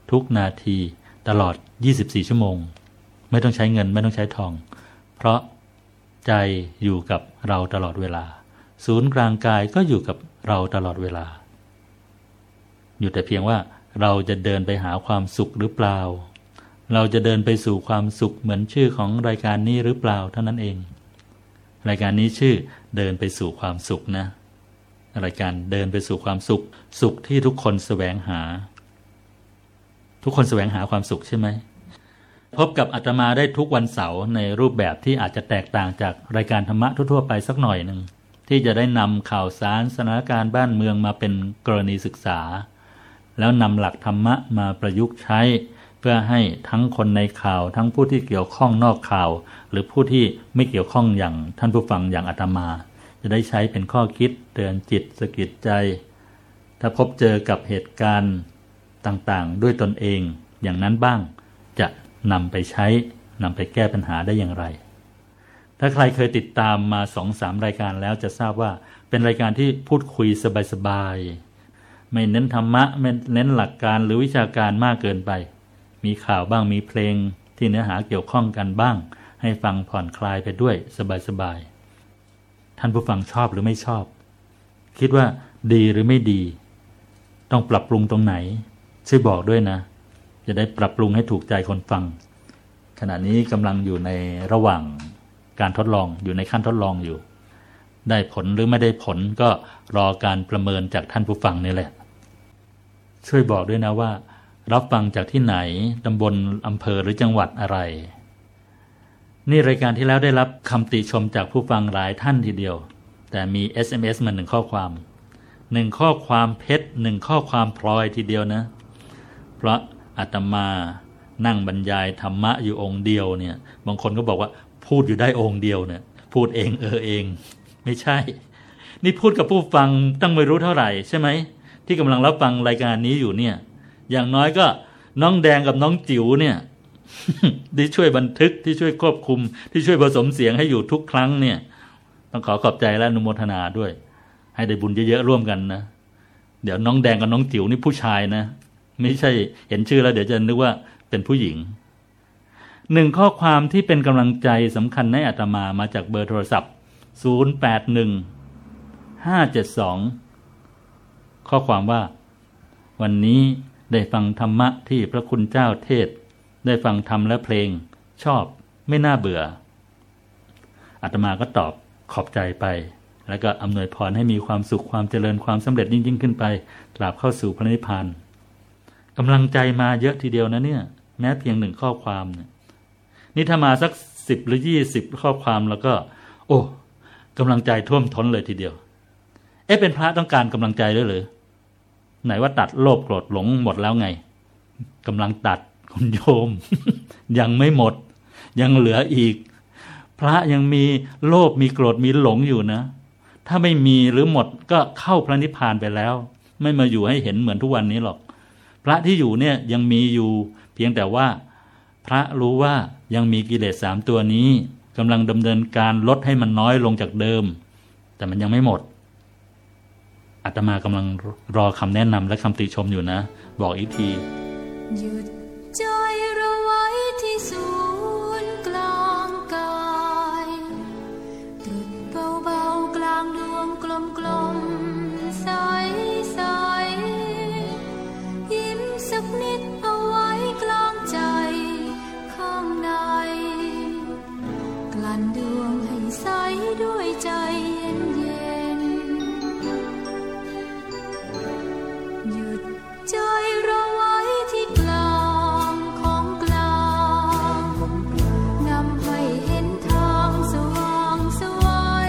ทุกนาทีตลอดยี่สิบสี่ชั่วโมงไม่ต้องใช้เงินไม่ต้องใช้ทองเพราะใจอยู่กับเราตลอดเวลาศูนย์กลางกายก็อยู่กับเราตลอดเวลาอยู่แต่เพียงว่าเราจะเดินไปหาความสุขหรือเปล่าเราจะเดินไปสู่ความสุขเหมือนชื่อของรายการนี้หรือเปล่าเท่านั้นเองรายการนี้ชื่อเดินไปสู่ความสุขนะรายการเดินไปสู่ความสุขสุขที่ทุกคนแสวงหาทุกคนแสวงหาความสุขใช่ไหมพบกับอาตมาได้ทุกวันเสาร์ในรูปแบบที่อาจจะแตกต่างจากรายการธรรมะทั่วๆไปสักหน่อยหนึ่งที่จะได้นำข่าวสารสถานการณ์บ้านเมืองมาเป็นกรณีศึกษาแล้วนำหลักธรรมะมาประยุกต์ใช้เพื่อให้ทั้งคนในข่าวทั้งผู้ที่เกี่ยวข้องนอกข่าวหรือผู้ที่ไม่เกี่ยวข้องอย่างท่านผู้ฟังอย่างอาตมาจะได้ใช้เป็นข้อคิดเตือนจิตสะกิดใจถ้าพบเจอกับเหตุการณ์ต่างๆด้วยตนเองอย่างนั้นบ้างจะนำไปใช้นำไปแก้ปัญหาได้อย่างไรถ้าใครเคยติดตามมา สองสาม รายการแล้วจะทราบว่าเป็นรายการที่พูดคุยสบายๆไม่เน้นธรรมะไม่เน้นหลักการหรือวิชาการมากเกินไปมีข่าวบ้างมีเพลงที่เนื้อหาเกี่ยวข้องกันบ้างให้ฟังผ่อนคลายไปด้วยสบายๆท่านผู้ฟังชอบหรือไม่ชอบคิดว่าดีหรือไม่ดีต้องปรับปรุงตรงไหนช่วยบอกด้วยนะจะได้ปรับปรุงให้ถูกใจคนฟังขณะนี้กำลังอยู่ในระหว่างการทดลองอยู่ในขั้นทดลองอยู่ได้ผลหรือไม่ได้ผลก็รอการประเมินจากท่านผู้ฟังนี่แหละช่วยบอกด้วยนะว่ารับฟังจากที่ไหนตำบลอำเภอหรือจังหวัดอะไรนี่รายการที่แล้วได้รับคำติชมจากผู้ฟังหลายท่านทีเดียวแต่มี เอส เอ็ม เอส มาหนึ่งข้อความหนึ่งข้อความเพชรหนึ่งข้อความพลอยทีเดียวนะเพราะอาตมานั่งบรรยายธรรมะอยู่องค์เดียวเนี่ยบางคนก็บอกว่าพูดอยู่ได้องค์เดียวเนี่ยพูดเองเออเองไม่ใช่นี่พูดกับผู้ฟังตั้งไม่รู้เท่าไหร่ใช่ไหมที่กำลังรับฟังรายการนี้อยู่เนี่ยอย่างน้อยก็น้องแดงกับน้องจิ๋วเนี่ย ที่ช่วยบันทึกที่ช่วยควบคุมที่ช่วยผสมเสียงให้อยู่ทุกครั้งเนี่ยต้องขอขอบใจและอนุโมทนาด้วยให้ได้บุญเยอะๆร่วมกันนะเดี๋ยวน้องแดงกับน้องจิ๋วนี่ผู้ชายนะไม่ใช่เห็นชื่อแล้วเดี๋ยวจะนึกว่าเป็นผู้หญิงหนึ่งข้อความที่เป็นกำลังใจสำคัญให้อาตมามาจากเบอร์โทรศัพท์ศูนย์ แปด หนึ่ง ห้า เจ็ด สองข้อความว่าวันนี้ได้ฟังธรรมะที่พระคุณเจ้าเทศได้ฟังธรรมและเพลงชอบไม่น่าเบื่ออาตมาก็ตอบขอบใจไปแล้วก็อำนวยพรให้มีความสุขความเจริญความสำเร็จยิ่งๆขึ้นไปตราบเข้าสู่พระนิพพานกำลังใจมาเยอะทีเดียวนะเนี่ยแม้เพียงหนึ่งข้อความเนี่ยนี่ถ้ามาสักสิบหรือยี่สิบข้อความแล้วก็โอ้กำลังใจท่วมท้นเลยทีเดียวเอ๊ะเป็นพระต้องการกำลังใจด้วยหรือไหนว่าตัดโลภโกรธหลงหมดแล้วไงกำลังตัดคุณโยม ยังไม่หมดยังเหลืออีกพระยังมีโลภมีโกรธมีหลงอยู่นะถ้าไม่มีหรือหมดก็เข้าพระนิพพานไปแล้วไม่มาอยู่ให้เห็นเหมือนทุกวันนี้หรอกพระที่อยู่เนี่ยยังมีอยู่เพียงแต่ว่าพระรู้ว่ายังมีกิเลสสามตัวนี้กำลังดำเนินการลดให้มันน้อยลงจากเดิมแต่มันยังไม่หมดอาตมากำลังรอคำแนะนำและคำติชมอยู่นะบอกอีกทีหยุดใจเราไว้ที่ศูนย์กลางกายตรึกเบาๆกลางดวงกลมๆใสๆยิ้มสักนิดเอาไว้กลางใจข้างในกลั่นดวงให้ใสด้วยใจเย็นๆหยุดใจเราไว้ที่กลางของกลางนำให้เห็นทางสว่างไสว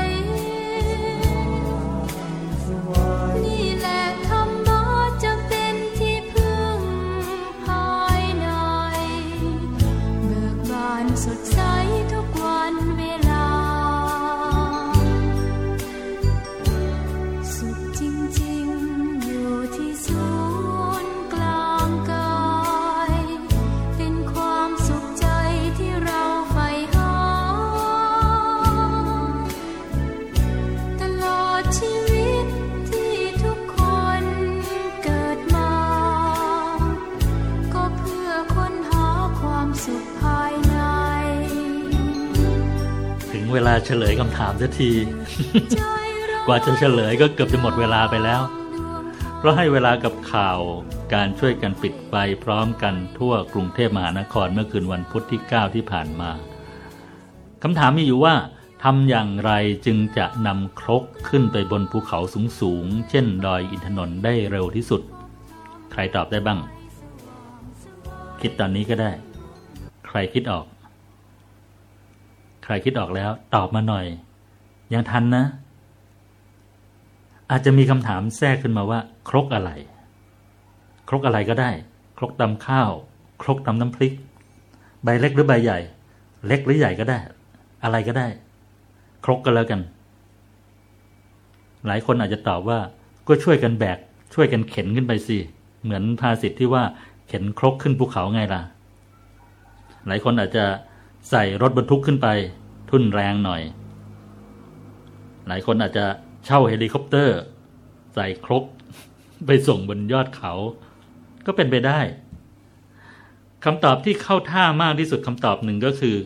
นี่แหละธรรมะจะเป็นที่พึ่งภายในเบิกบานสดใสทุกวันเวลาเวลาเฉลยคำถามสักที กว่าจะเฉลยก็เกือบจะหมดเวลาไปแล้วเพราะให้เวลากับข่าวการช่วยกันปิดไฟพร้อมกันทั่วกรุงเทพมหานครเมื่อคืนวันพุธที่เก้าที่ผ่านมาคำถามมีอยู่ว่าทำอย่างไรจึงจะนำครกขึ้นไปบนภูเขาสูงๆเช่นดอยอินทนนท์ได้เร็วที่สุดใครตอบได้บ้างคิดตอนนี้ก็ได้ใครคิดออกใครคิดออกแล้วตอบมาหน่อยยังทันนะอาจจะมีคำถามแทรกขึ้นมาว่าครกอะไรครกอะไรก็ได้ครกตำข้าวครกตำน้ำพริกใบเล็กหรือใบใหญ่เล็กหรือใหญ่ก็ได้อะไรก็ได้ครกก็แล้วกันหลายคนอาจจะตอบว่าก็ช่วยกันแบกช่วยกันเข็นขึ้นไปสิเหมือนภาษิตที่ว่าเข็นครกขึ้นภูเขาไงล่ะหลายคนอาจจะใส่รถบรรทุกขึ้นไปทุ่นแรงหน่อยหลายคนอาจจะเช่าเฮลิคอปเตอร์ใส่ครกไปส่งบนยอดเขาก็เป็นไปได้คำตอบที่เข้าท่ามากที่สุดคำตอบหนึ่งก็คือ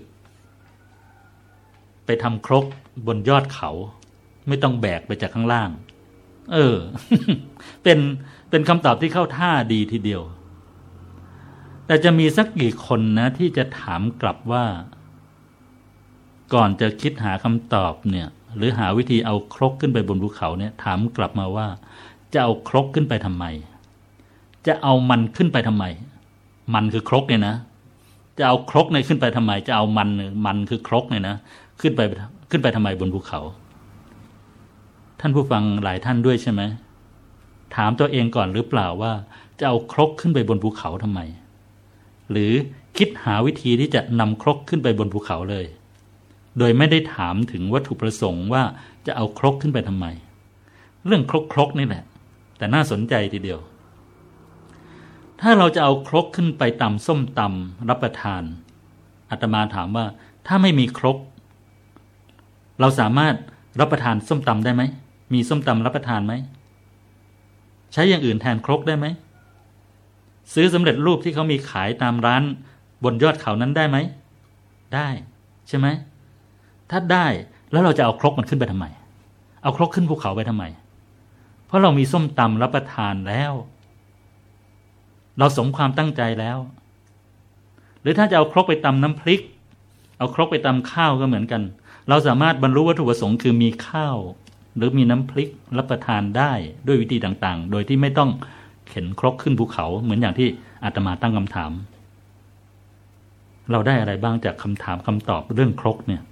ไปทำครกบนยอดเขาไม่ต้องแบกไปจากข้างล่างเออ เป็นเป็นคำตอบที่เข้าท่าดีทีเดียวแต่จะมีสักกี่คนนะที่จะถามกลับว่าก่อนจะคิดหาคำตอบเนี่ยหรือหาวิธีเอาครกขึ้นไปบนภูเขาเนี่ยถามกลับมาว่าจะเอาครกขึ้นไปทำไมจะเอามันขึ้นไปทำไมมันคือครกเนี่ยนะจะเอาครกเนี่ยขึ้นไปทำไมจะเอามันมันคือครกเนี่ยนะขึ้นไปขึ้นไปทำไมบนภูเขาท่านผู้ฟังหลายท่านด้วยใช่ไหมถามตัวเองก่อนหรือเปล่าว่าจะเอาครกขึ้นไปบนภูเขาทำไมหรือคิดหาวิธีที่จะนำครกขึ้นไปบนภูเขาเลยโดยไม่ได้ถามถึงวัตถุประสงค์ว่าจะเอาครกขึ้นไปทำไมเรื่องครกครกนี่แหละแต่น่าสนใจทีเดียวถ้าเราจะเอาครกขึ้นไปตำส้มตำรับประทานอาตมาถามว่าถ้าไม่มีครกเราสามารถรับประทานส้มตำได้ไหมมีส้มตำรับประทานไหมใช้อย่างอื่นแทนครกได้ไหมซื้อสำเร็จรูปที่เขามีขายตามร้านบนยอดเขานั้นได้ไหมได้ใช่ไหมถ้าได้แล้วเราจะเอาครกมันขึ้นไปทำไมเอาครกขึ้นภูเขาไปทำไมเพราะเรามีส้มตำรับประทานแล้วเราสมความตั้งใจแล้วหรือถ้าจะเอาครกไปตำน้ำพริกเอาครกไปตำข้าวก็เหมือนกันเราสามารถบรรลุวัตถุประสงค์คือมีข้าวหรือมีน้ำพริกรับประทานได้ด้วยวิธีต่างๆโดยที่ไม่ต้องเข็นครกขึ้นภูเขาเหมือนอย่างที่อาตมาตั้งคำถามเราได้อะไรบ้างจากคำถามคำตอบเรื่องครกเนี่ย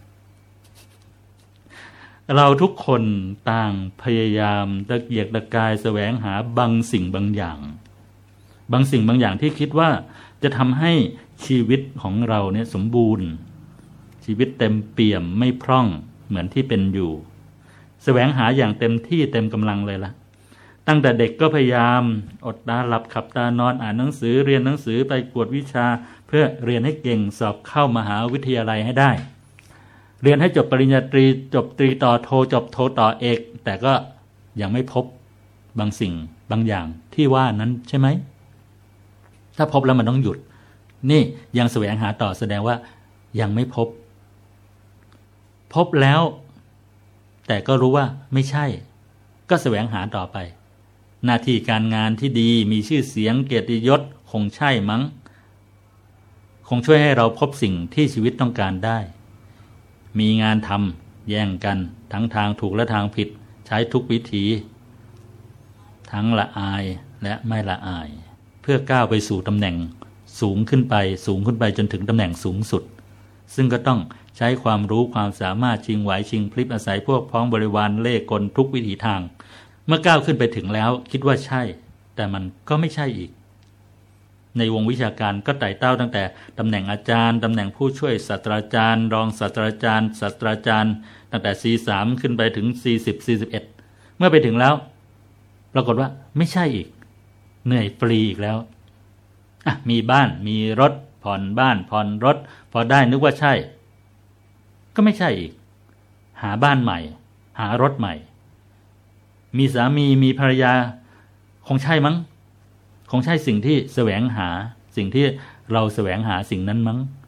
เราทุกคนต่างพยายามตะเกียกตะกายแสวงหาบางสิ่งบางอย่างบางสิ่งบางอย่างที่คิดว่าจะทำให้ชีวิตของเราเนี่ยสมบูรณ์ชีวิตเต็มเปี่ยมไม่พร่องเหมือนที่เป็นอยู่แสวงหาอย่างเต็มที่เต็มกำลังเลยล่ะตั้งแต่เด็กก็พยายามอดตาหลับขับตานอนอ่านหนังสือเรียนหนังสือไปกวดวิชาเพื่อเรียนให้เก่งสอบเข้ามหาวิทยาลัยให้ได้เรียนให้จบปริญญาตรีจบตรีต่อโทจบโทต่อเอกแต่ก็ยังไม่พบบางสิ่งบางอย่างที่ว่านั้นใช่ไหมถ้าพบแล้วมันต้องหยุดนี่ยังแสวงหาต่อแสดงว่ายังไม่พบพบแล้วแต่ก็รู้ว่าไม่ใช่ก็แสวงหาต่อไปหน้าที่การงานที่ดีมีชื่อเสียงเกียรติยศคงใช่มั้งคงช่วยให้เราพบสิ่งที่ชีวิตต้องการได้มีงานทำแย่งกันทั้งทางถูกและทางผิดใช้ทุกวิธีทั้งละอายและไม่ละอายเพื่อก้าวไปสู่ตำแหน่งสูงขึ้นไปสูงขึ้นไปจนถึงตำแหน่งสูงสุดซึ่งก็ต้องใช้ความรู้ความสามารถชิงไหวชิงพลิบอาศัยพวกพ้องบริวารเล่ห์กลทุกวิถีทางเมื่อก้าวขึ้นไปถึงแล้วคิดว่าใช่แต่มันก็ไม่ใช่อีกในวงวิชาการก็ไต่เต้าตั้งแต่ตำแหน่งอาจารย์ตำแหน่งผู้ช่วยศาสตราจารย์รองศาสตราจารย์ศาสตราจารย์ตั้งแต่ ซี สาม ขึ้นไปถึง ซี สิบ ซี สิบเอ็ด เมื่อไปถึงแล้วปรากฏว่าไม่ใช่อีกเหนื่อยฟรีอีกแล้วอ่ะมีบ้านมีรถผ่อนบ้านผ่อนรถพอได้นึกว่าใช่ก็ไม่ใช่อีกหาบ้านใหม่หารถใหม่มีสามีมีภรรยาคงใช่มั้งคงใช่สิ่งที่แสวงหาสิ่งที่เราแสวงหาสิ่งนั้นมั้ง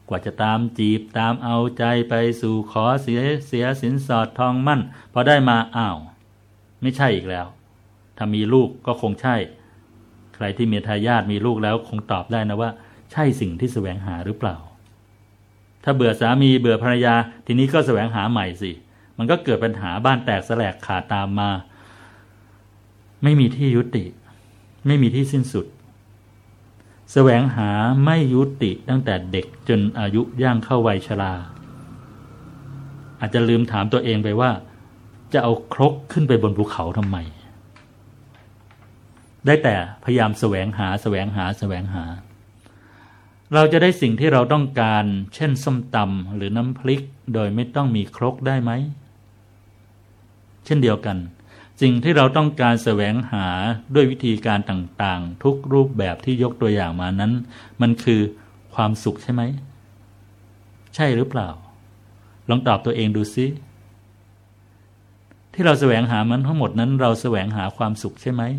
กว่าจะตามจีบตามเอาใจไปสู่ขอเสียเสียสินสอดทองมั่นพอได้มาอ้าวไม่ใช่อีกแล้วถ้ามีลูกก็คงใช่ใครที่มีทายาทมีลูกแล้วคงตอบได้นะว่าใช่สิ่งที่แสวงหาหรือเปล่าถ้าเบื่อสามีเบื่อภรรยาทีนี้ก็แสวงหาใหม่สิมันก็เกิดปัญหาบ้านแตกแสลกขาดตามมาไม่มีที่ยุติไม่มีที่สิ้นสุดแสวงหาไม่ยุติตั้งแต่เด็กจนอายุย่างเข้าวัยชราอาจจะลืมถามตัวเองไปว่าจะเอาครกขึ้นไปบนภูเขาทำไมได้แต่พยายามแสวงหาแสวงหาแสวงหาเราจะได้สิ่งที่เราต้องการเช่นส้มตำหรือน้ำพริกโดยไม่ต้องมีครกได้ไหมเช่นเดียวกันสิ่งที่เราต้องการแสวงหาด้วยวิธีการต่างๆทุกรูปแบบที่ยกตัวอย่างมานั้นมันคือความสุขใช่ไหมใช่หรือเปล่าลองตอบตัวเองดูซิที่เราแสวงหามันทั้งหมดนั้นเราแสวงหาความสุขใช่ไหม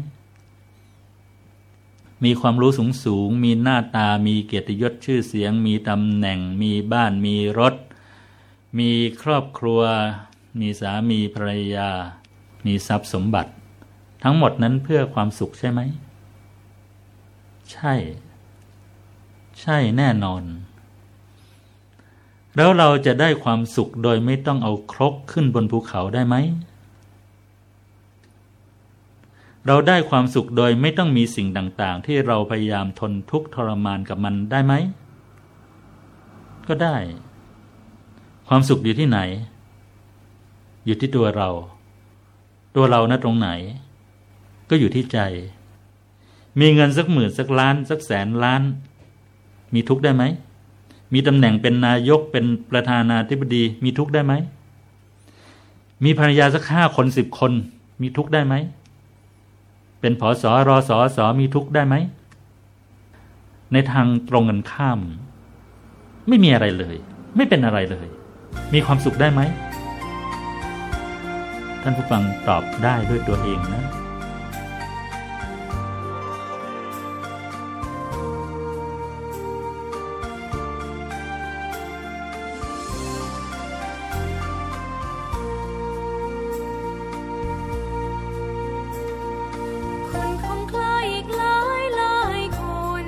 มีความรู้สูงสูงมีหน้าตามีเกียรติยศชื่อเสียงมีตำแหน่งมีบ้านมีรถมีครอบครัวมีสามีภรรยามีทรัพย์สมบัติทั้งหมดนั้นเพื่อความสุขใช่ไหมใช่ใช่แน่นอนแล้วเราจะได้ความสุขโดยไม่ต้องเอาครกขึ้นบนภูเขาได้ไหมเราได้ความสุขโดยไม่ต้องมีสิ่งต่างๆที่เราพยายามทนทุกข์ทรมานกับมันได้ไหมก็ได้ความสุขอยู่ที่ไหนอยู่ที่ตัวเราตัวเรานะตรงไหนก็อยู่ที่ใจมีเงินสักหมื่นสักล้านสักแสนล้านมีทุกข์ได้ไหมมีตำแหน่งเป็นนายกเป็นประธานาธิบดีมีทุกข์ได้ไหมมีภรรยาสักห้าคนสิบคนมีทุกข์ได้ไหมเป็นผส.รส.ส.มีทุกข์ได้ไหมในทางตรงกันข้ามไม่มีอะไรเลยไม่เป็นอะไรเลยมีความสุขได้ไหมท่านผู้ฟังตอบได้ด้วยตัวเองนะคนคงคล้ายอีกหลายหลายคน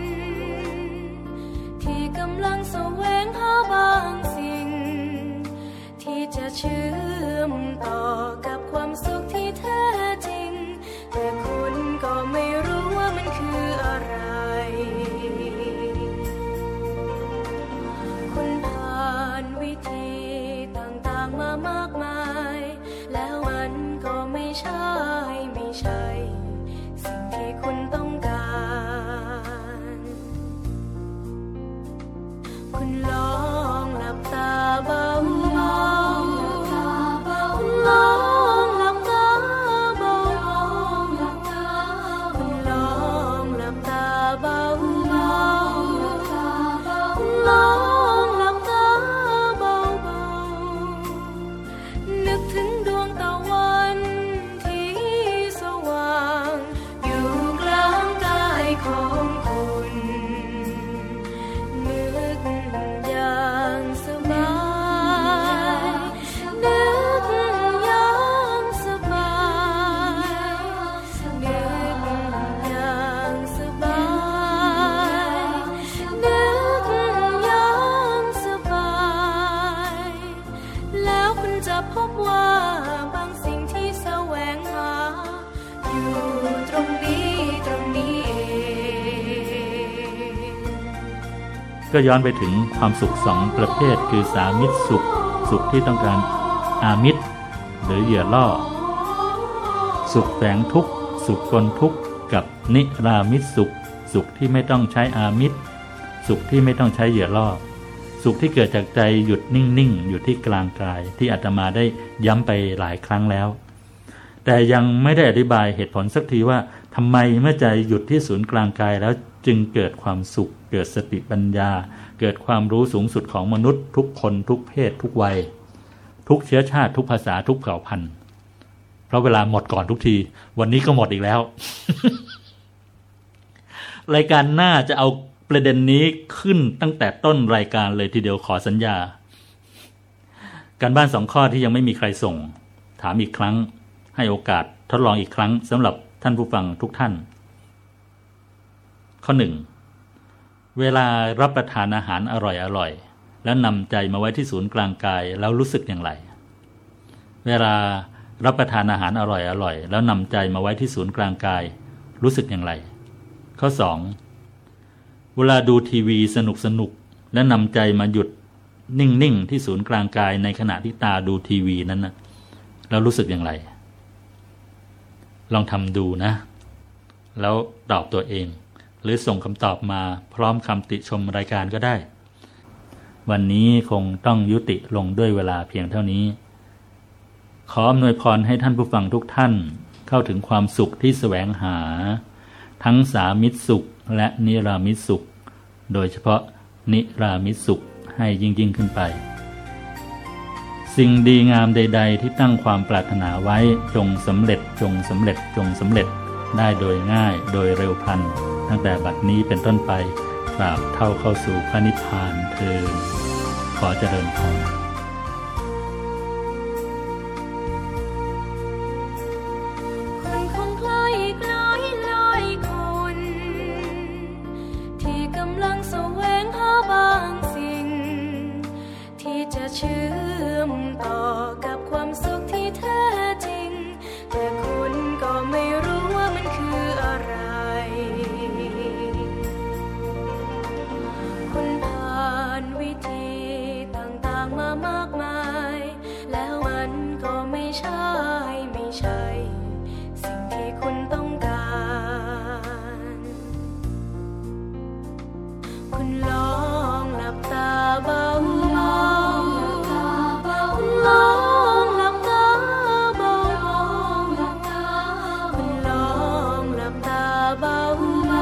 ที่กำลังแสวงหาบางสิ่งที่จะเชื่อมต่อกับความสุขที่แท้จริงแต่คุณก็ไม่รู้ว่ามันคืออะไรคุณผ่านวิธีต่างๆมามากมายแล้วมันก็ไม่ใช่ไม่ใช่สิ่งที่คุณต้องการคุณลองหลับตาเบาๆลองหลับตาเบาๆคุณลองหลับตาเบาๆลองหลับตาเบาๆนึกถึงดวงตะวันที่สว่างอยู่กลางกายของคุณนึกอย่างสบายนึกอย่างสบายนึกอย่างสบายนึกอย่างสบายแล้วคุณจะพบว่าบางสิ่งที่แสวงหาอยู่ตรงนี้ตรงนี้เองก็ย้อนไปถึงความสุขสองประเภทคือสามิตรสุขสุขที่ต้องการอามิตรหรือเหยื่อล่อสุขแฝงทุกข์สุขปนทุกข์กับนิรามิตรสุขสุขที่ไม่ต้องใช้อามิตรสุขที่ไม่ต้องใช้เหยื่อล่อสุขที่เกิดจากใจหยุดนิ่งๆอยู่ที่กลางกายที่อาตมาได้ย้ำไปหลายครั้งแล้วแต่ยังไม่ได้อธิบายเหตุผลสักทีว่าทำไมเมื่อใจหยุดที่ศูนย์กลางกายแล้วจึงเกิดความสุขเกิดสติปัญญาเกิดความรู้สูงสุดของมนุษย์ทุกคนทุกเพศทุกวัยทุกเชื้อชาติทุกภาษาทุกเผ่าพันธุ์เพราะเวลาหมดก่อนทุกทีวันนี้ก็หมดอีกแล้ว รายการหน้าจะเอาประเด็นนี้ขึ้นตั้งแต่ต้นรายการเลยทีเดียวขอสัญญาการบ้านสองข้อที่ยังไม่มีใครส่งถามอีกครั้งให้โอกาสทดลองอีกครั้งสำหรับท่านผู้ฟังทุกท่านข้อหนึ่งเวลารับประทานอาหารอร่อยๆแล้วนำใจมาไว้ที่ศูนย์กลางกายแล้วรู้สึกอย่างไรเวลารับประทานอาหารอร่อยๆแล้วนำใจมาไว้ที่ศูนย์กลางกายรู้สึกอย่างไรข้อสองเวลาดูทีวีสนุกๆและนำใจมาหยุดนิ่งๆที่ศูนย์กลางกายในขณะที่ตาดูทีวีนั้นนะแล้วรู้สึกอย่างไรลองทำดูนะแล้วตอบตัวเองหรือส่งคำตอบมาพร้อมคำติชมรายการก็ได้วันนี้คงต้องยุติลงด้วยเวลาเพียงเท่านี้ขออำนวยพรให้ท่านผู้ฟังทุกท่านเข้าถึงความสุขที่แสวงหาทั้งสามิตสุขและนิรามิตสุขโดยเฉพาะนิรามิตสุขให้ยิ่งยิ่งขึ้นไปสิ่งดีงามใดๆที่ตั้งความปรารถนาไว้จงสำเร็จจงสำเร็จจงสำเร็จได้โดยง่ายโดยเร็วพลันตั้งแต่บัดนี้เป็นต้นไปตราบเท่าเข้าสู่พระนิพพานเถิดขอเจริญพรคนคงใกล้ไกลหลายคนที่กำลังแสวงหาบางสิ่งที่จะเชื่อมต่อกับความสุขที่แท้จริงแต่คุณก็ไม่รู้ว่ามันคืออะไรคุณผ่านวิธีต่างๆมามากมายแล้วมันก็ไม่ใช่ไม่ใช่สิ่งที่คุณต้องการคุณลองหลับตาเบาๆลองหลับตาเบาๆคุณลองหลับตาเบาๆ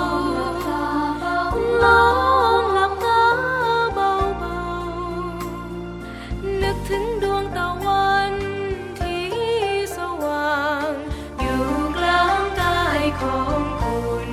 ลองหลับตาเบาๆนึกถึงดวงตะวันที่สว่างอยู่กลางกายของคุณ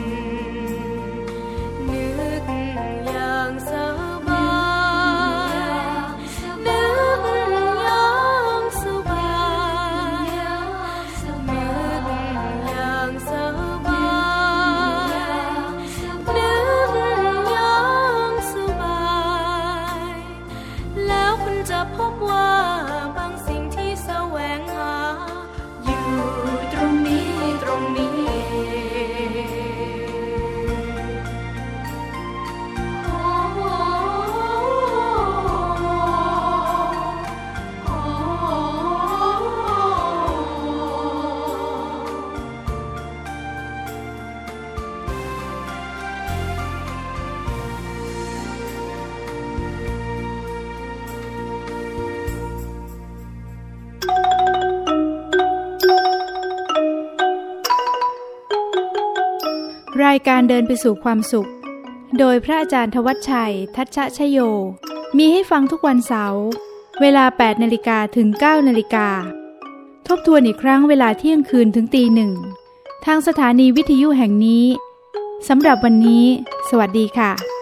นึกอย่างสบายนึกอย่างสบายนึกอย่างสบายนึกอย่างสบายแล้วคุณจะพบว่าบางสิ่งที่แสวงหาอยู่ตรงนี้ตรงนี้รายการเดินไปสู่ความสุขโดยพระอาจารย์ธวัชชัยทัชชะชโยมีให้ฟังทุกวันเสาร์เวลา แปดนาฬิกา ถึง เก้านาฬิกาทบทวนอีกครั้งเวลาเที่ยงคืนถึงตีหนึ่งทางสถานีวิทยุแห่งนี้สำหรับวันนี้สวัสดีค่ะ